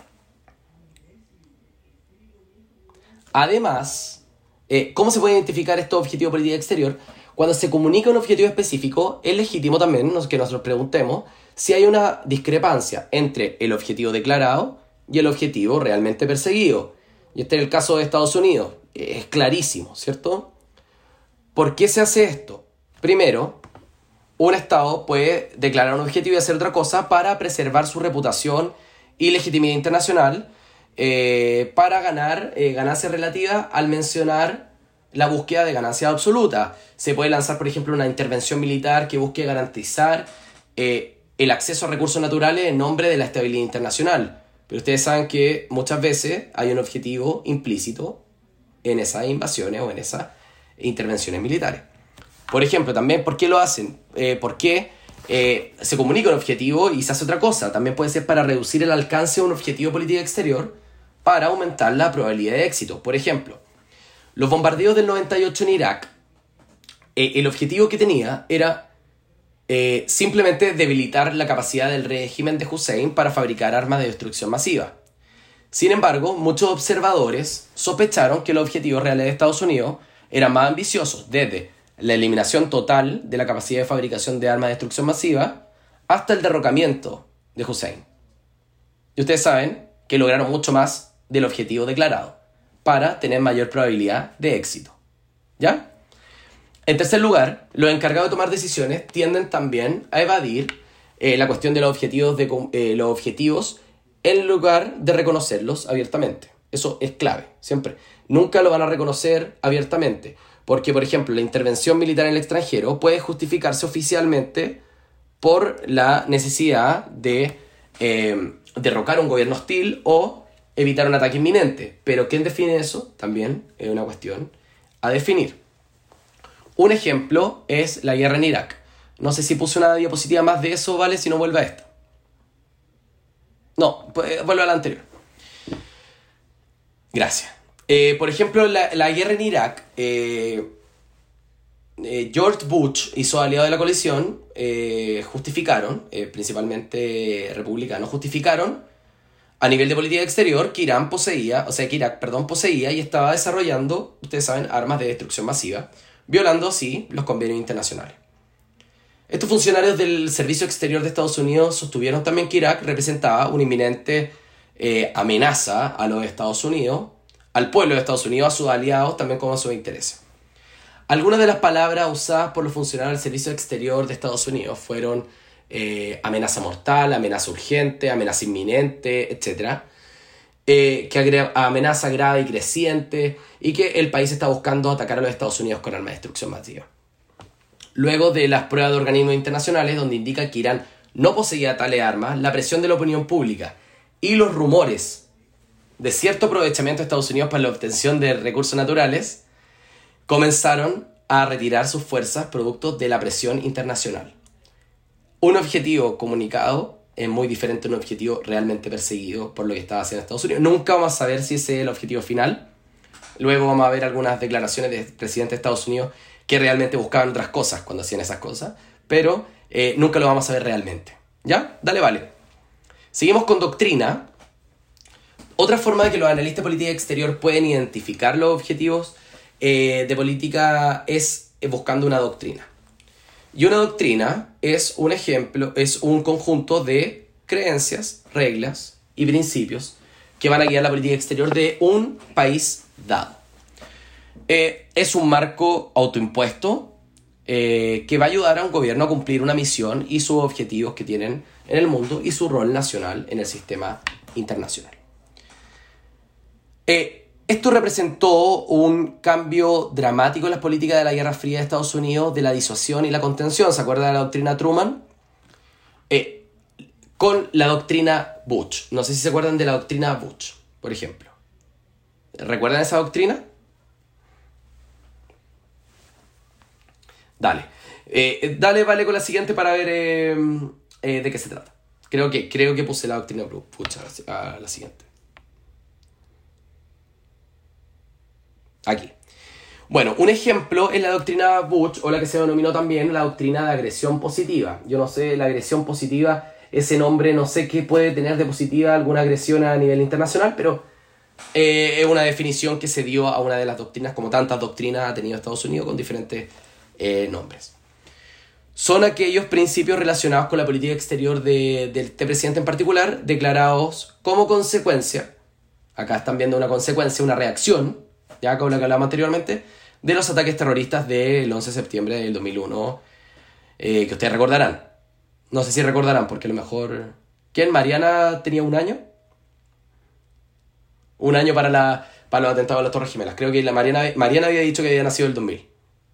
Además, eh, ¿cómo se puede identificar estos objetivos de política exterior? Cuando se comunica un objetivo específico, es legítimo también que nosotros preguntemos si hay una discrepancia entre el objetivo declarado y el objetivo realmente perseguido. Y este es el caso de Estados Unidos. Es clarísimo, ¿cierto? ¿Por qué se hace esto? Primero, un Estado puede declarar un objetivo y hacer otra cosa para preservar su reputación y legitimidad internacional, eh, para ganar eh, ganancias relativas al mencionar la búsqueda de ganancias absolutas. Se puede lanzar, por ejemplo, una intervención militar que busque garantizar eh, el acceso a recursos naturales en nombre de la estabilidad internacional. Pero ustedes saben que muchas veces hay un objetivo implícito en esas invasiones o en esas intervenciones militares. Por ejemplo, también, ¿por qué lo hacen? Eh, ¿Por qué eh, se comunica un objetivo y se hace otra cosa? También puede ser para reducir el alcance de un objetivo de política exterior para aumentar la probabilidad de éxito. Por ejemplo, los bombardeos del noventa y ocho en Irak, eh, el objetivo que tenía era eh, simplemente debilitar la capacidad del régimen de Hussein para fabricar armas de destrucción masiva. Sin embargo, muchos observadores sospecharon que los objetivos reales de Estados Unidos eran más ambiciosos, desde la eliminación total de la capacidad de fabricación de armas de destrucción masiva hasta el derrocamiento de Hussein. Y ustedes saben que lograron mucho más del objetivo declarado para tener mayor probabilidad de éxito. ¿Ya? En tercer lugar, los encargados de tomar decisiones tienden también a evadir eh, la cuestión de los objetivos, de, eh, los objetivos en lugar de reconocerlos abiertamente. Eso es clave, siempre. Nunca lo van a reconocer abiertamente. Porque, por ejemplo, la intervención militar en el extranjero puede justificarse oficialmente por la necesidad de eh, derrocar un gobierno hostil o evitar un ataque inminente. Pero ¿quién define eso? También es una cuestión a definir. Un ejemplo es la guerra en Irak. No sé si puse una diapositiva más de eso, ¿vale? Si no, vuelve a esta. No, pues, vuelve a la anterior. Gracias. Eh, por ejemplo, la, la guerra en Irak, eh, eh, George Bush y sus aliados de la coalición eh, justificaron, eh, principalmente republicanos, justificaron a nivel de política exterior que Irán poseía, o sea, que Irak, perdón, poseía y estaba desarrollando, ustedes saben, armas de destrucción masiva, violando así los convenios internacionales. Estos funcionarios del Servicio Exterior de Estados Unidos sostuvieron también que Irak representaba una inminente eh, amenaza a los Estados Unidos, al pueblo de Estados Unidos, a sus aliados, también como a sus intereses. Algunas de las palabras usadas por los funcionarios del Servicio Exterior de Estados Unidos fueron eh, amenaza mortal, amenaza urgente, amenaza inminente, etcétera. Eh, que agrega amenaza grave y creciente, y que el país está buscando atacar a los Estados Unidos con armas de destrucción masiva. Luego de las pruebas de organismos internacionales donde indica que Irán no poseía tales armas, la presión de la opinión pública y los rumores de cierto aprovechamiento de Estados Unidos para la obtención de recursos naturales comenzaron a retirar sus fuerzas producto de la presión internacional. Un objetivo comunicado es muy diferente a un objetivo realmente perseguido por lo que estaba haciendo Estados Unidos. Nunca vamos a saber si ese es el objetivo final. Luego vamos a ver algunas declaraciones del presidente de Estados Unidos que realmente buscaban otras cosas cuando hacían esas cosas, pero eh, nunca lo vamos a ver realmente. ¿Ya? Dale, vale. Seguimos con doctrina. Otra forma de que los analistas de política exterior pueden identificar los objetivos eh, de política es buscando una doctrina. Y una doctrina es un ejemplo, es un conjunto de creencias, reglas y principios que van a guiar la política exterior de un país dado. Eh, es un marco autoimpuesto eh, que va a ayudar a un gobierno a cumplir una misión y sus objetivos que tienen en el mundo y su rol nacional en el sistema internacional. Eh, esto representó un cambio dramático en las políticas de la Guerra Fría de Estados Unidos, de la disuasión y la contención. ¿Se acuerdan de la doctrina Truman? Eh, con la doctrina Bush. No sé si se acuerdan de la doctrina Bush, por ejemplo. ¿Recuerdan esa doctrina? Dale. Eh, dale, vale, con la siguiente para ver eh, eh, de qué se trata. Creo que, creo que puse la doctrina Bush a la, a la siguiente. Aquí. Bueno, un ejemplo es la doctrina Bush, o la que se denominó también la doctrina de agresión positiva. Yo no sé, la agresión positiva, ese nombre no sé qué puede tener de positiva alguna agresión a nivel internacional, pero eh, es una definición que se dio a una de las doctrinas, como tantas doctrinas ha tenido Estados Unidos con diferentes eh, nombres. Son aquellos principios relacionados con la política exterior de, de este presidente en particular, declarados como consecuencia, acá están viendo una consecuencia, una reacción, ya con la que hablamos anteriormente, de los ataques terroristas del once de septiembre del dos mil uno, eh, que ustedes recordarán. No sé si recordarán, porque a lo mejor... ¿Quién? ¿Mariana tenía un año? Un año para, la, para los atentados a las Torres Gemelas. Creo que la Mariana, Mariana había dicho que había nacido el dos mil.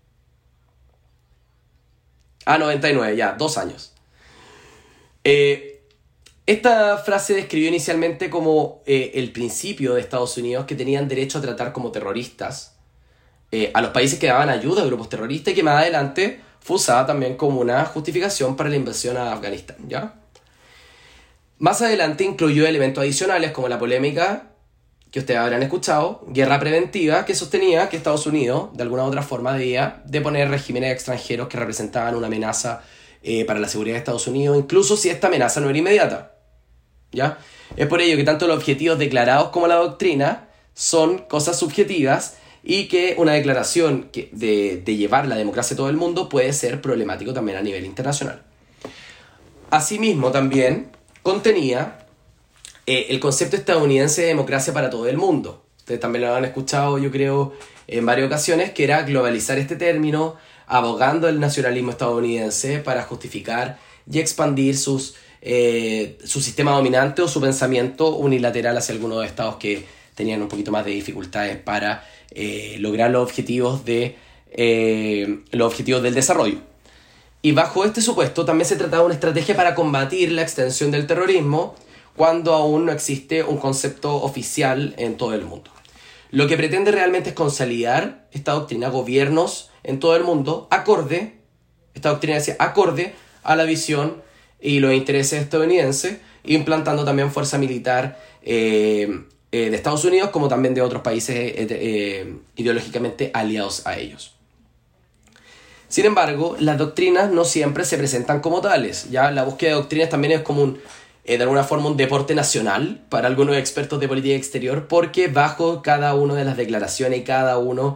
Ah, noventa y nueve, ya, dos años. Eh, esta frase describió inicialmente como eh, el principio de Estados Unidos que tenían derecho a tratar como terroristas eh, a los países que daban ayuda a grupos terroristas, y que más adelante fue usada también como una justificación para la invasión a Afganistán, ¿ya? Más adelante incluyó elementos adicionales como la polémica que ustedes habrán escuchado, guerra preventiva, que sostenía que Estados Unidos, de alguna u otra forma, debía deponer regímenes extranjeros que representaban una amenaza eh, para la seguridad de Estados Unidos, incluso si esta amenaza no era inmediata, ¿ya? Es por ello que tanto los objetivos declarados como la doctrina son cosas subjetivas, y que una declaración que de, de llevar la democracia a todo el mundo puede ser problemático también a nivel internacional. Asimismo, también contenía eh, el concepto estadounidense de democracia para todo el mundo. Ustedes también lo han escuchado, yo creo, en varias ocasiones, que era globalizar este término, abogando el nacionalismo estadounidense para justificar y expandir sus, eh, su sistema dominante o su pensamiento unilateral hacia algunos estados que tenían un poquito más de dificultades para eh, lograr los objetivos, de, eh, los objetivos del desarrollo. Y bajo este supuesto también se trataba de una estrategia para combatir la extensión del terrorismo cuando aún no existe un concepto oficial en todo el mundo. Lo que pretende realmente es consolidar esta doctrina, gobiernos en todo el mundo, acorde, esta doctrina decía, acorde a la visión y los intereses estadounidenses, implantando también fuerza militar eh, eh, de Estados Unidos, como también de otros países eh, eh, ideológicamente aliados a ellos. Sin embargo, las doctrinas no siempre se presentan como tales. Ya la búsqueda de doctrinas también es como un, eh, de alguna forma un deporte nacional para algunos expertos de política exterior, porque bajo cada una de las declaraciones y cada uno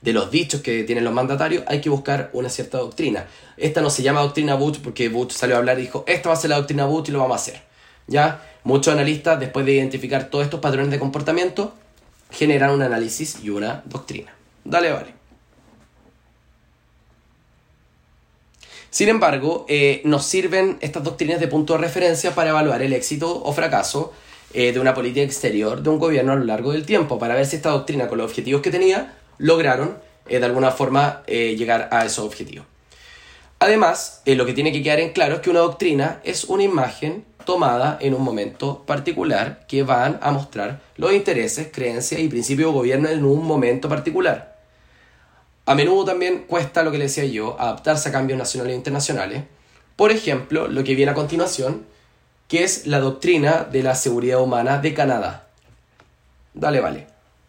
de los dichos que tienen los mandatarios, hay que buscar una cierta doctrina. Esta no se llama doctrina Bush porque Bush salió a hablar y dijo, esta va a ser la doctrina Bush y lo vamos a hacer. ¿Ya? Muchos analistas, después de identificar todos estos patrones de comportamiento, generan un análisis y una doctrina. Dale, vale. Sin embargo, eh, nos sirven estas doctrinas de punto de referencia para evaluar el éxito o fracaso eh, de una política exterior de un gobierno a lo largo del tiempo, para ver si esta doctrina, con los objetivos que tenía, lograron eh, de alguna forma eh, llegar a esos objetivos. Además, eh, lo que tiene que quedar en claro es que una doctrina es una imagen tomada en un momento particular que van a mostrar los intereses, creencias y principios de gobierno en un momento particular. A menudo también cuesta, lo que le decía yo, adaptarse a cambios nacionales e internacionales. Por ejemplo, lo que viene a continuación, que es la doctrina de la seguridad humana de Canadá. Dale, vale.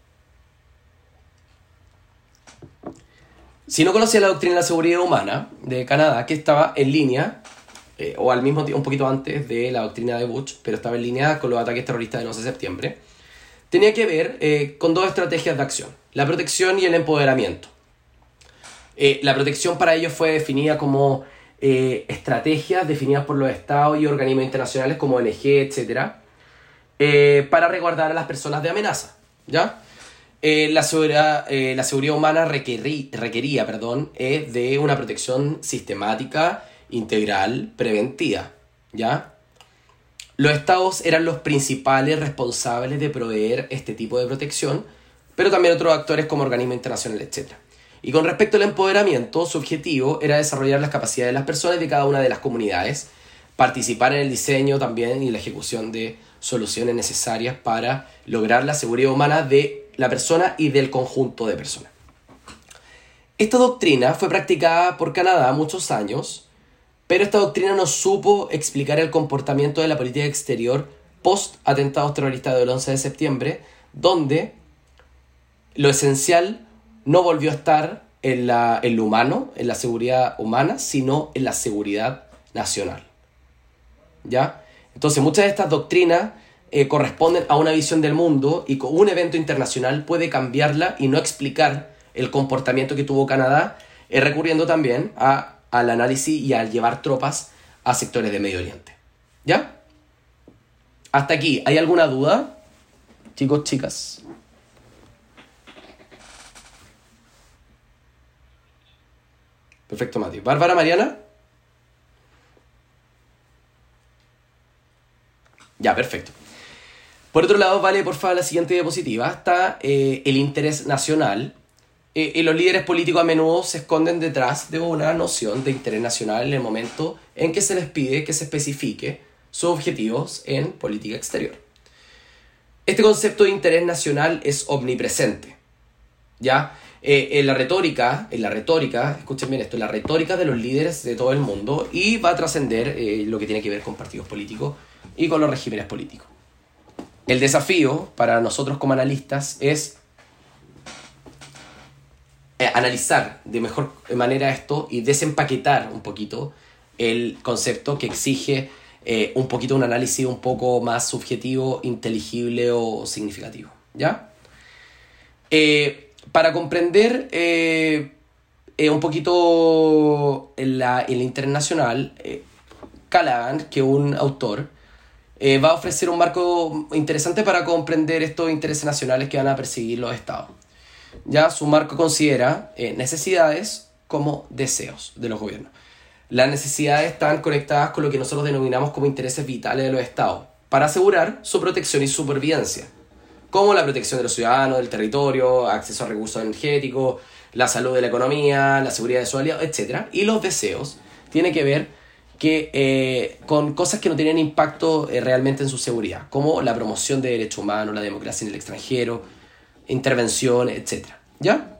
Si no conocía la doctrina de la seguridad humana de Canadá, que estaba en línea, eh, o al mismo tiempo, un poquito antes de la doctrina de Bush, pero estaba en línea con los ataques terroristas del once de septiembre, tenía que ver eh, con dos estrategias de acción, la protección y el empoderamiento. Eh, la protección para ellos fue definida como eh, estrategias definidas por los estados y organismos internacionales como O N G, etcétera, eh, para resguardar a las personas de amenaza, ¿ya? Eh, la, seguridad, eh, la seguridad humana requerí, requería perdón, eh, de una protección sistemática, integral, preventiva, ¿ya? Los estados eran los principales responsables de proveer este tipo de protección, pero también otros actores como organismos internacionales, etcétera. Y con respecto al empoderamiento, su objetivo era desarrollar las capacidades de las personas de cada una de las comunidades, participar en el diseño también y la ejecución de soluciones necesarias para lograr la seguridad humana de la persona y del conjunto de personas. Esta doctrina fue practicada por Canadá muchos años, pero esta doctrina no supo explicar el comportamiento de la política exterior post-atentados terroristas del once de septiembre, donde lo esencial no volvió a estar en, la, en lo humano, en la seguridad humana, sino en la seguridad nacional. ¿Ya? Entonces, muchas de estas doctrinas eh, corresponden a una visión del mundo y con un evento internacional puede cambiarla y no explicar el comportamiento que tuvo Canadá, eh, recurriendo también a, al análisis y al llevar tropas a sectores de Medio Oriente. ¿Ya? Hasta aquí, ¿hay alguna duda? Chicos, chicas. Perfecto, Mati. Bárbara, Mariana. Ya, perfecto. Por otro lado, vale, por favor, la siguiente diapositiva. Está eh, el interés nacional. Eh, y los líderes políticos a menudo se esconden detrás de una noción de interés nacional en el momento en que se les pide que se especifique sus objetivos en política exterior. Este concepto de interés nacional es omnipresente, ¿ya? Eh, en la retórica, en la retórica, escuchen bien esto, en la retórica de los líderes de todo el mundo y va a trascender eh, lo que tiene que ver con partidos políticos y con los regímenes políticos. El desafío para nosotros como analistas es eh, analizar de mejor manera esto y desempaquetar un poquito el concepto que exige eh, un poquito un análisis un poco más subjetivo, inteligible o significativo, ¿ya? Eh, Para comprender eh, eh, un poquito el, la, el internacional, eh, Callaghan, que es un autor, eh, va a ofrecer un marco interesante para comprender estos intereses nacionales que van a perseguir los estados. Ya su marco considera eh, necesidades como deseos de los gobiernos. Las necesidades están conectadas con lo que nosotros denominamos como intereses vitales de los estados, para asegurar su protección y supervivencia, como la protección de los ciudadanos, del territorio, acceso a recursos energéticos, la salud de la economía, la seguridad de sus aliados, etcétera. Y los deseos tienen que ver que, eh, con cosas que no tienen impacto eh, realmente en su seguridad, como la promoción de derechos humanos, la democracia en el extranjero, intervenciones, etcétera. ¿Ya?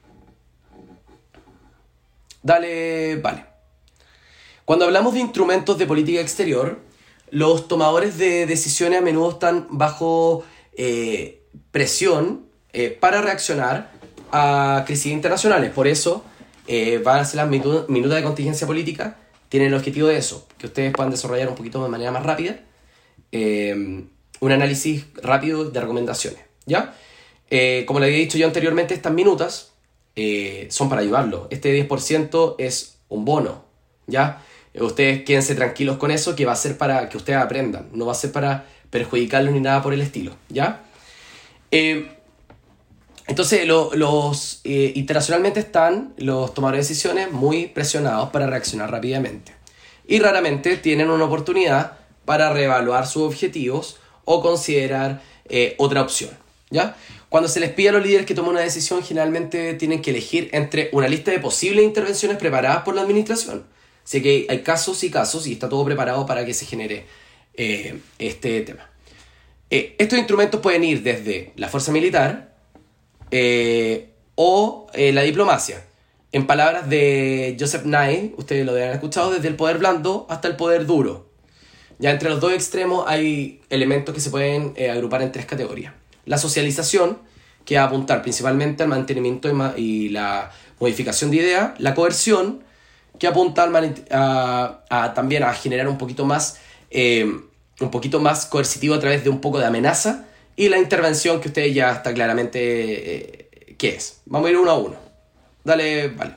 Dale, vale. Cuando hablamos de instrumentos de política exterior, los tomadores de decisiones a menudo están bajo Eh, presión eh, para reaccionar a crisis internacionales. Por eso eh, van a ser las minu- minutas de contingencia política, tienen el objetivo de eso, que ustedes puedan desarrollar un poquito de manera más rápida eh, un análisis rápido de recomendaciones, ¿ya? Eh, como les había dicho yo anteriormente, estas minutas eh, son para ayudarlo. Este diez por ciento es un bono, ¿ya? Ustedes quédense tranquilos con eso, que va a ser para que ustedes aprendan, no va a ser para perjudicarlos ni nada por el estilo, ¿ya? Eh, entonces, lo, los eh, internacionalmente están los tomadores de decisiones muy presionados para reaccionar rápidamente. Y raramente tienen una oportunidad para reevaluar sus objetivos o considerar eh, otra opción, ¿ya? Cuando se les pide a los líderes que tomen una decisión, generalmente tienen que elegir entre una lista de posibles intervenciones preparadas por la administración. Así que hay casos y casos y está todo preparado para que se genere eh, este tema. Eh, estos instrumentos pueden ir desde la fuerza militar eh, o eh, la diplomacia. En palabras de Joseph Nye, ustedes lo deben haber escuchado, desde el poder blando hasta el poder duro. Ya entre los dos extremos hay elementos que se pueden eh, agrupar en tres categorías. La socialización, que va a apuntar principalmente al mantenimiento y, ma- y la modificación de ideas. La coerción, que apunta al mani- a, a, también a generar un poquito más eh, un poquito más coercitivo a través de un poco de amenaza. Y la intervención, que ustedes ya está claramente eh, qué es. Vamos a ir uno a uno. Dale, vale.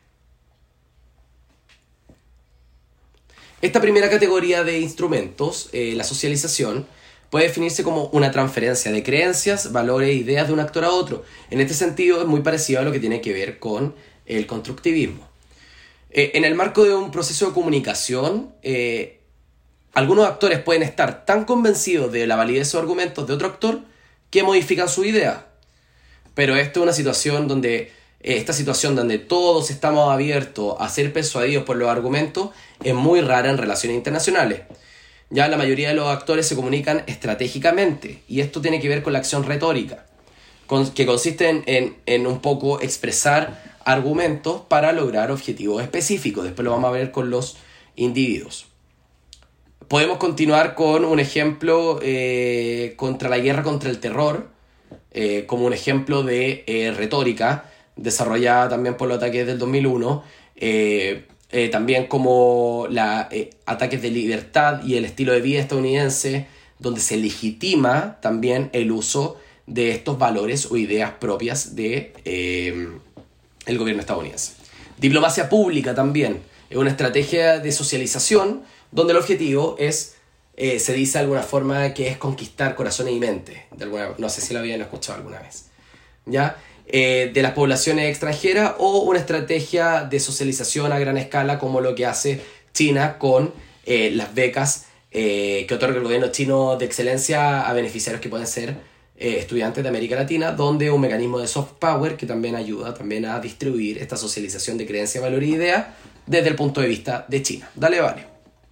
Esta primera categoría de instrumentos, eh, la socialización, puede definirse como una transferencia de creencias, valores e ideas de un actor a otro. En este sentido es muy parecido a lo que tiene que ver con el constructivismo. Eh, en el marco de un proceso de comunicación, eh, algunos actores pueden estar tan convencidos de la validez de sus argumentos de otro actor que modifican su idea. Pero esto es una situación donde esta situación donde todos estamos abiertos a ser persuadidos por los argumentos es muy rara en relaciones internacionales. Ya la mayoría de los actores se comunican estratégicamente y esto tiene que ver con la acción retórica, con, que consiste en, en, en un poco expresar argumentos para lograr objetivos específicos. Después lo vamos a ver con los individuos. Podemos continuar con un ejemplo eh, contra la guerra contra el terror, eh, como un ejemplo de eh, retórica desarrollada también por los ataques del dos mil uno, eh, eh, también como la, eh, ataques de libertad y el estilo de vida estadounidense, donde se legitima también el uso de estos valores o ideas propias de eh, el gobierno estadounidense. Diplomacia pública también es una estrategia de socialización donde el objetivo es, eh, se dice de alguna forma, que es conquistar corazones y mentes. De alguna, no sé si lo habían escuchado alguna vez, ¿ya? Eh, de las poblaciones extranjeras, o una estrategia de socialización a gran escala como lo que hace China con eh, las becas eh, que otorga el gobierno chino de excelencia a beneficiarios que pueden ser eh, estudiantes de América Latina, donde un mecanismo de soft power que también ayuda también a distribuir esta socialización de creencia, valor y idea desde el punto de vista de China. Dale, vale.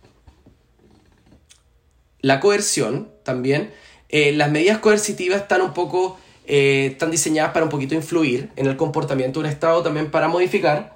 La coerción también. Eh, las medidas coercitivas están un poco eh, están diseñadas para un poquito influir en el comportamiento de un Estado, también para modificar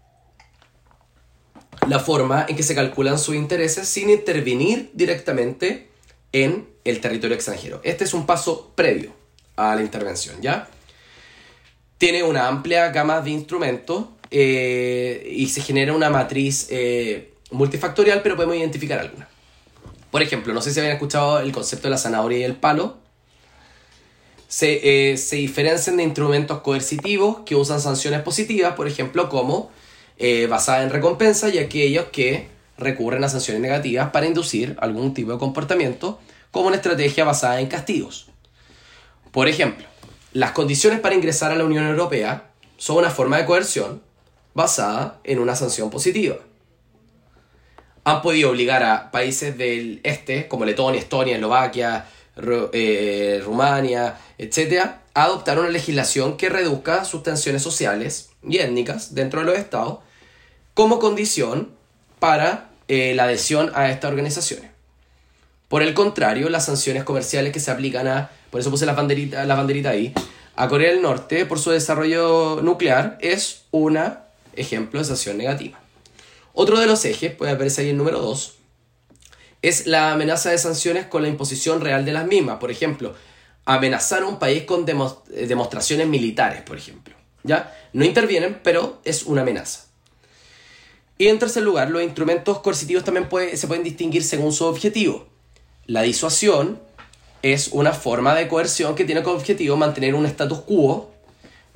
la forma en que se calculan sus intereses sin intervenir directamente en el territorio extranjero. Este es un paso previo a la intervención, ¿ya? Tiene una amplia gama de instrumentos eh, y se genera una matriz eh, multifactorial, pero podemos identificar algunas. Por ejemplo, no sé si habían escuchado el concepto de la zanahoria y el palo. Se, eh, se diferencian de instrumentos coercitivos que usan sanciones positivas, por ejemplo, como eh, basadas en recompensa, y aquellos que recurren a sanciones negativas para inducir algún tipo de comportamiento, como una estrategia basada en castigos. Por ejemplo, las condiciones para ingresar a la Unión Europea son una forma de coerción basada en una sanción positiva. Han podido obligar a países del este, como Letonia, Estonia, Eslovaquia, Ru- eh, Rumania, etcétera, a adoptar una legislación que reduzca sus tensiones sociales y étnicas dentro de los estados como condición para eh, la adhesión a estas organizaciones. Por el contrario, las sanciones comerciales que se aplican a, por eso puse la banderita, la banderita ahí, a Corea del Norte por su desarrollo nuclear, es un ejemplo de sanción negativa. Otro de los ejes, puede aparecer ahí el número dos, es la amenaza de sanciones con la imposición real de las mismas. Por ejemplo, amenazar a un país con demo- demostraciones militares, por ejemplo, ¿ya? No intervienen, pero es una amenaza. Y en tercer lugar, los instrumentos coercitivos también puede, se pueden distinguir según su objetivo. La disuasión es una forma de coerción que tiene como objetivo mantener un status quo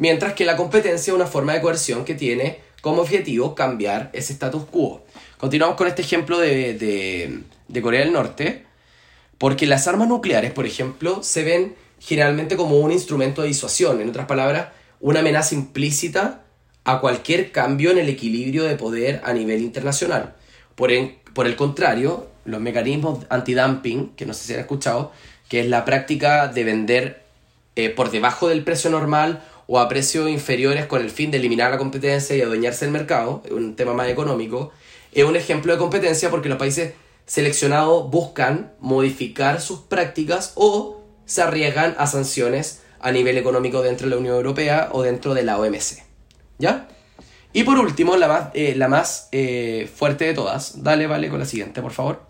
mientras que la competencia es una forma de coerción que tiene como objetivo cambiar ese status quo. Continuamos con este ejemplo de, de, de Corea del Norte, porque las armas nucleares, por ejemplo, se ven generalmente como un instrumento de disuasión, en otras palabras, una amenaza implícita a cualquier cambio en el equilibrio de poder a nivel internacional. Por, en, por el contrario, los mecanismos antidumping, que no sé si han escuchado, que es la práctica de vender eh, por debajo del precio normal o a precios inferiores con el fin de eliminar la competencia y adueñarse del mercado, un tema más económico, es un ejemplo de competencia porque los países seleccionados buscan modificar sus prácticas o se arriesgan a sanciones a nivel económico dentro de la Unión Europea o dentro de la O M C. ¿Ya? Y por último, la más, eh, la más eh, fuerte de todas. Dale, vale, con la siguiente, por favor.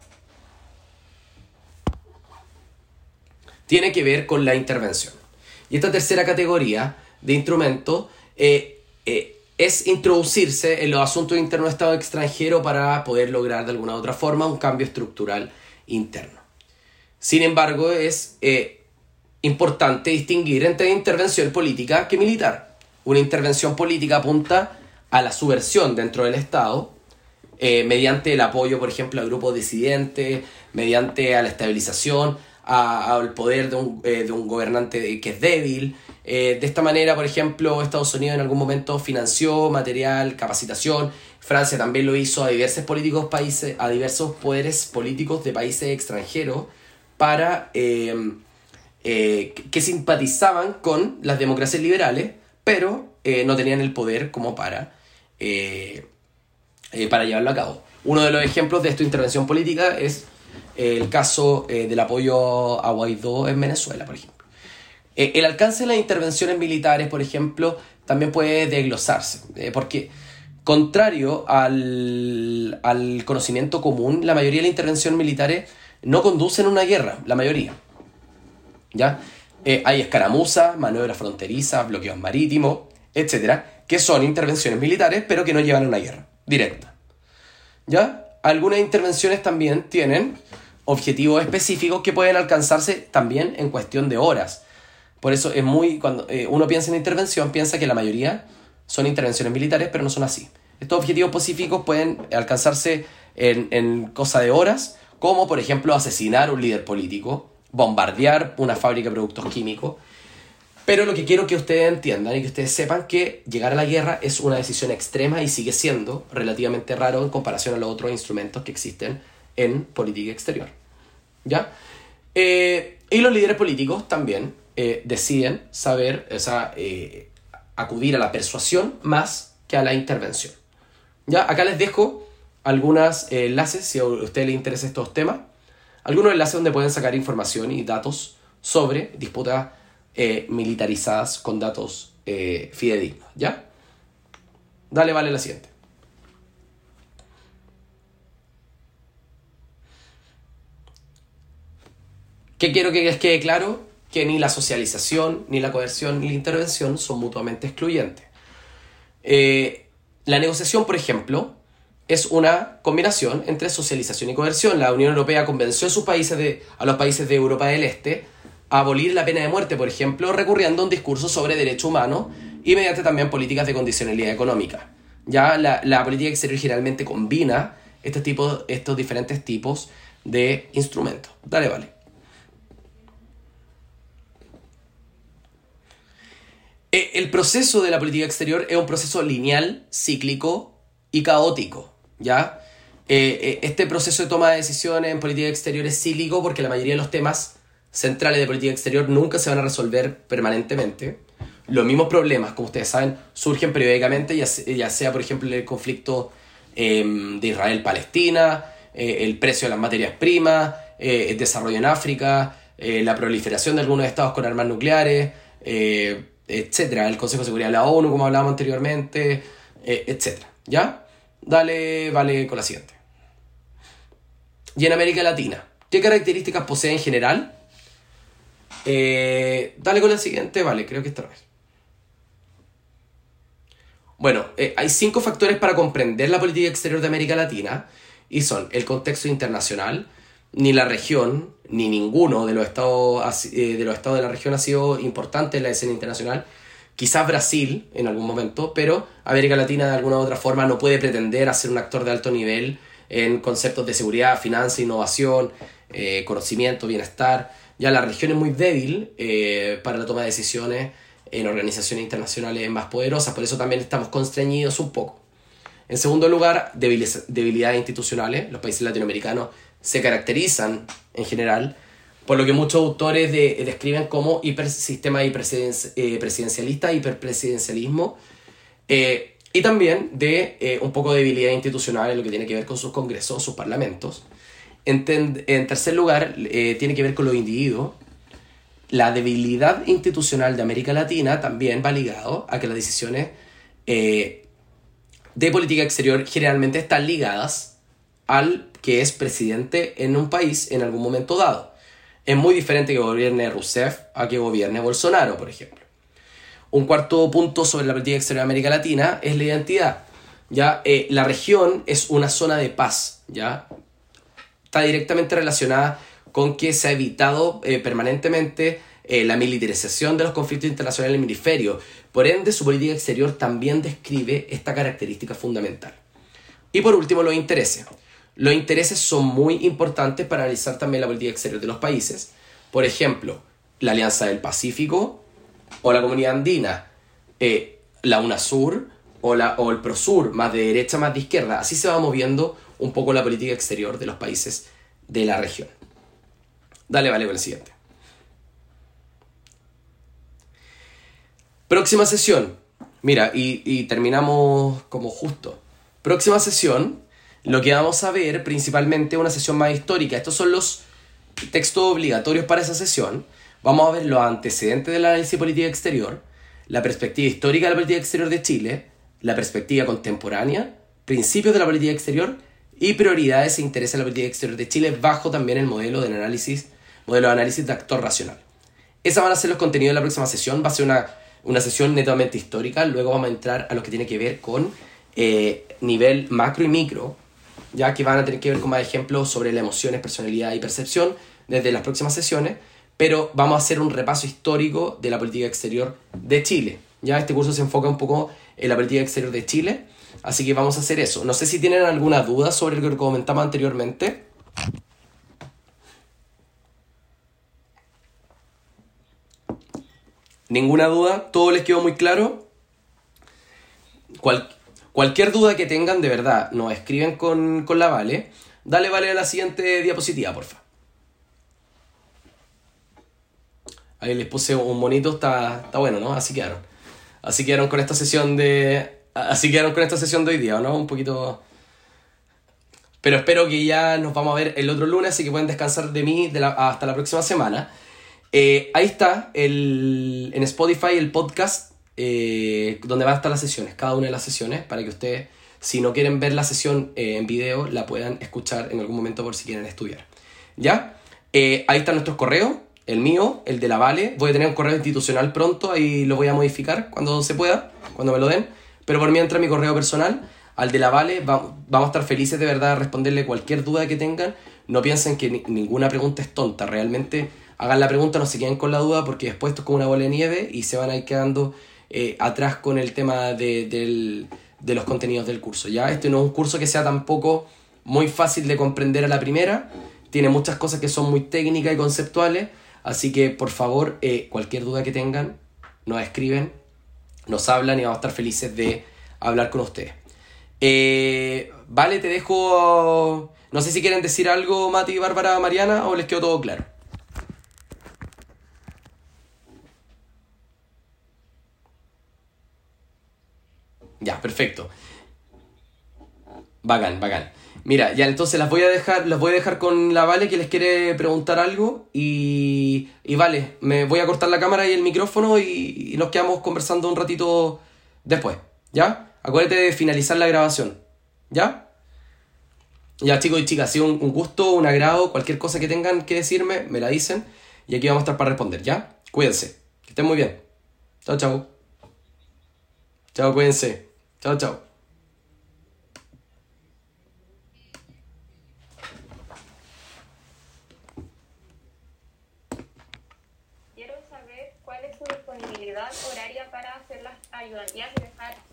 Tiene que ver con la intervención. Y esta tercera categoría de instrumento eh, eh, es introducirse en los asuntos internos de Estado extranjero para poder lograr de alguna u otra forma un cambio estructural interno. Sin embargo, es eh, importante distinguir entre intervención política que militar. Una intervención política apunta a la subversión dentro del Estado, eh, mediante el apoyo, por ejemplo, a grupos disidentes, mediante a la estabilización, a, al poder de un, eh, de un gobernante que es débil. Eh, de esta manera, por ejemplo, Estados Unidos en algún momento financió material, capacitación. Francia también lo hizo a diversos políticos países, a diversos poderes políticos de países extranjeros para eh, eh, que simpatizaban con las democracias liberales, pero eh, no tenían el poder como para eh, eh, para llevarlo a cabo. Uno de los ejemplos de esta intervención política es eh, el caso eh, del apoyo a Guaidó en Venezuela, por ejemplo. Eh, el alcance de las intervenciones militares, por ejemplo, también puede desglosarse, eh, porque contrario al, al conocimiento común, la mayoría de las intervenciones militares no conducen a una guerra, la mayoría. ¿Ya? Eh, hay escaramuzas, maniobras fronterizas, bloqueos marítimos, etcétera, que son intervenciones militares, pero que no llevan a una guerra directa. ¿Ya? Algunas intervenciones también tienen objetivos específicos que pueden alcanzarse también en cuestión de horas. Por eso es muy, cuando eh, uno piensa en intervención, piensa que la mayoría son intervenciones militares, pero no son así. Estos objetivos específicos pueden alcanzarse en, en cosa de horas, como por ejemplo asesinar a un líder político, bombardear una fábrica de productos químicos. Pero lo que quiero que ustedes entiendan y que ustedes sepan que llegar a la guerra es una decisión extrema y sigue siendo relativamente raro en comparación a los otros instrumentos que existen en política exterior. ¿Ya? Eh, y los líderes políticos también eh, deciden saber, o sea, eh, acudir a la persuasión más que a la intervención. ¿Ya? Acá les dejo algunos eh, enlaces si a ustedes les interesan estos temas. Algunos enlaces donde pueden sacar información y datos sobre disputas eh, militarizadas con datos eh, fidedignos. ¿Ya? Dale, vale, la siguiente. ¿Qué quiero que les quede claro? Que ni la socialización, ni la coerción, ni la intervención son mutuamente excluyentes. Eh, la negociación, por ejemplo, es una combinación entre socialización y coerción. La Unión Europea convenció a, sus países de, a los países de Europa del Este a abolir la pena de muerte, por ejemplo, recurriendo a un discurso sobre derechos humanos y mediante también políticas de condicionalidad económica. Ya la, la política exterior generalmente combina este tipo, estos diferentes tipos de instrumentos. Dale, vale. El proceso de la política exterior es un proceso lineal, cíclico y caótico, ¿ya? Eh, este proceso de toma de decisiones en política exterior es cíclico porque la mayoría de los temas centrales de política exterior nunca se van a resolver permanentemente. Los mismos problemas, como ustedes saben, surgen periódicamente, ya sea, ya sea por ejemplo, el conflicto eh, de Israel-Palestina, eh, el precio de las materias primas, eh, el desarrollo en África, eh, la proliferación de algunos estados con armas nucleares, eh, etcétera, el Consejo de Seguridad de la ONU, como hablábamos anteriormente, eh, etcétera, ¿ya? Dale, vale, con la siguiente. Y en América Latina, ¿qué características posee en general? Eh, dale con la siguiente, vale, creo que esta vez. Bueno, eh, hay cinco factores para comprender la política exterior de América Latina, y son el contexto internacional. Ni la región, ni ninguno de los estados, eh, de los estados de la región ha sido importante en la escena internacional. quizás Brasil en algún momento, pero América Latina de alguna u otra forma no puede pretender a ser un actor de alto nivel en conceptos de seguridad, finanzas, innovación, eh, conocimiento, bienestar. Ya la región es muy débil eh, para la toma de decisiones en organizaciones internacionales más poderosas, por eso también estamos constreñidos un poco. En segundo lugar, debilidades institucionales. Los países latinoamericanos se caracterizan en general por lo que muchos autores de, describen como hiper, sistema hiperpresidencialista, hiperpresidencialismo, eh, y también de eh, un poco de debilidad institucional en lo que tiene que ver con sus congresos, sus parlamentos. En, ten, en tercer lugar, eh, tiene que ver con los individuos. La debilidad institucional de América Latina también va ligado a que las decisiones eh, de política exterior generalmente están ligadas al que es presidente en un país en algún momento dado. Es muy diferente que gobierne Rousseff a que gobierne Bolsonaro, por ejemplo. Un cuarto punto sobre la política exterior de América Latina es la identidad. ¿Ya? Eh, la región es una zona de paz, ¿ya? Está directamente relacionada con que se ha evitado eh, permanentemente eh, la militarización de los conflictos internacionales en el hemisferio. Por ende, su política exterior también describe esta característica fundamental. Y por último, los intereses. Los intereses son muy importantes para analizar también la política exterior de los países. Por ejemplo, la Alianza del Pacífico o la Comunidad Andina, eh, la UNASUR o, la, o el PROSUR, más de derecha, más de izquierda. Así se va moviendo un poco la política exterior de los países de la región. Dale, vale, con el siguiente. Próxima sesión. Mira, y, y terminamos como justo. Próxima sesión, lo que vamos a ver principalmente es una sesión más histórica. Estos son los textos obligatorios para esa sesión. Vamos a ver los antecedentes del análisis de política exterior, la perspectiva histórica de la política exterior de Chile, la perspectiva contemporánea, principios de la política exterior y prioridades e intereses de la política exterior de Chile bajo también el modelo de análisis, modelo de análisis de actor racional. Esos van a ser los contenidos de la próxima sesión. Va a ser una, una sesión netamente histórica. Luego vamos a entrar a lo que tiene que ver con eh, nivel macro y micro, ya que van a tener que ver con más ejemplos sobre las emociones, personalidad y percepción desde las próximas sesiones, pero vamos a hacer un repaso histórico de la política exterior de Chile. Ya este curso se enfoca un poco en la política exterior de Chile, así que vamos a hacer eso. No sé si tienen alguna duda sobre lo que comentamos anteriormente. ¿Ninguna duda? ¿Todo les quedó muy claro? Cual, cualquier duda que tengan, de verdad, nos escriben con, con la Vale. Dale, Vale, a la siguiente diapositiva, porfa. Ahí les puse un monito, está, está bueno, ¿no? Así quedaron. Así quedaron con esta sesión de... Así quedaron con esta sesión de hoy día, ¿no? Un poquito... Pero espero que ya nos vamos a ver el otro lunes, así que pueden descansar de mí de la, hasta la próxima semana. Eh, ahí está, el, en Spotify, el podcast, eh, donde van a estar las sesiones, cada una de las sesiones, para que ustedes, si no quieren ver la sesión eh, en video, la puedan escuchar en algún momento por si quieren estudiar. ¿Ya? Eh, ahí están nuestros correos. El mío, el de la Vale. Voy a tener un correo institucional pronto, ahí lo voy a modificar cuando se pueda, cuando me lo den. Pero por mientras mi correo personal, al de la Vale, va, vamos a estar felices de verdad de responderle cualquier duda que tengan. No piensen que ni, ninguna pregunta es tonta. Realmente hagan la pregunta, no se queden con la duda, porque después esto es como una bola de nieve y se van a ir quedando eh, atrás con el tema de, del, de los contenidos del curso. ¿Ya? Este no es un curso que sea tampoco muy fácil de comprender a la primera. Tiene muchas cosas que son muy técnicas y conceptuales. Así que, por favor, eh, cualquier duda que tengan, nos escriben, nos hablan y vamos a estar felices de hablar con ustedes. Eh, vale, te dejo... No sé si quieren decir algo, Mati, Bárbara, Mariana, o les quedó todo claro. Ya, perfecto. Bacán, bacán. Mira, ya entonces las voy a dejar, las voy a dejar con la Vale que les quiere preguntar algo y, y vale, me voy a cortar la cámara y el micrófono y, y nos quedamos conversando un ratito después, ¿ya? Acuérdate de finalizar la grabación, ¿ya? Ya chicos y chicas, ha sido un, un gusto, un agrado, cualquier cosa que tengan que decirme, me la dicen y aquí vamos a estar para responder, ¿ya? Cuídense, que estén muy bien. Chao, chao. Chao, cuídense. Chao, chao. Quiero saber cuál es su disponibilidad horaria para hacer las ayudantías y dejar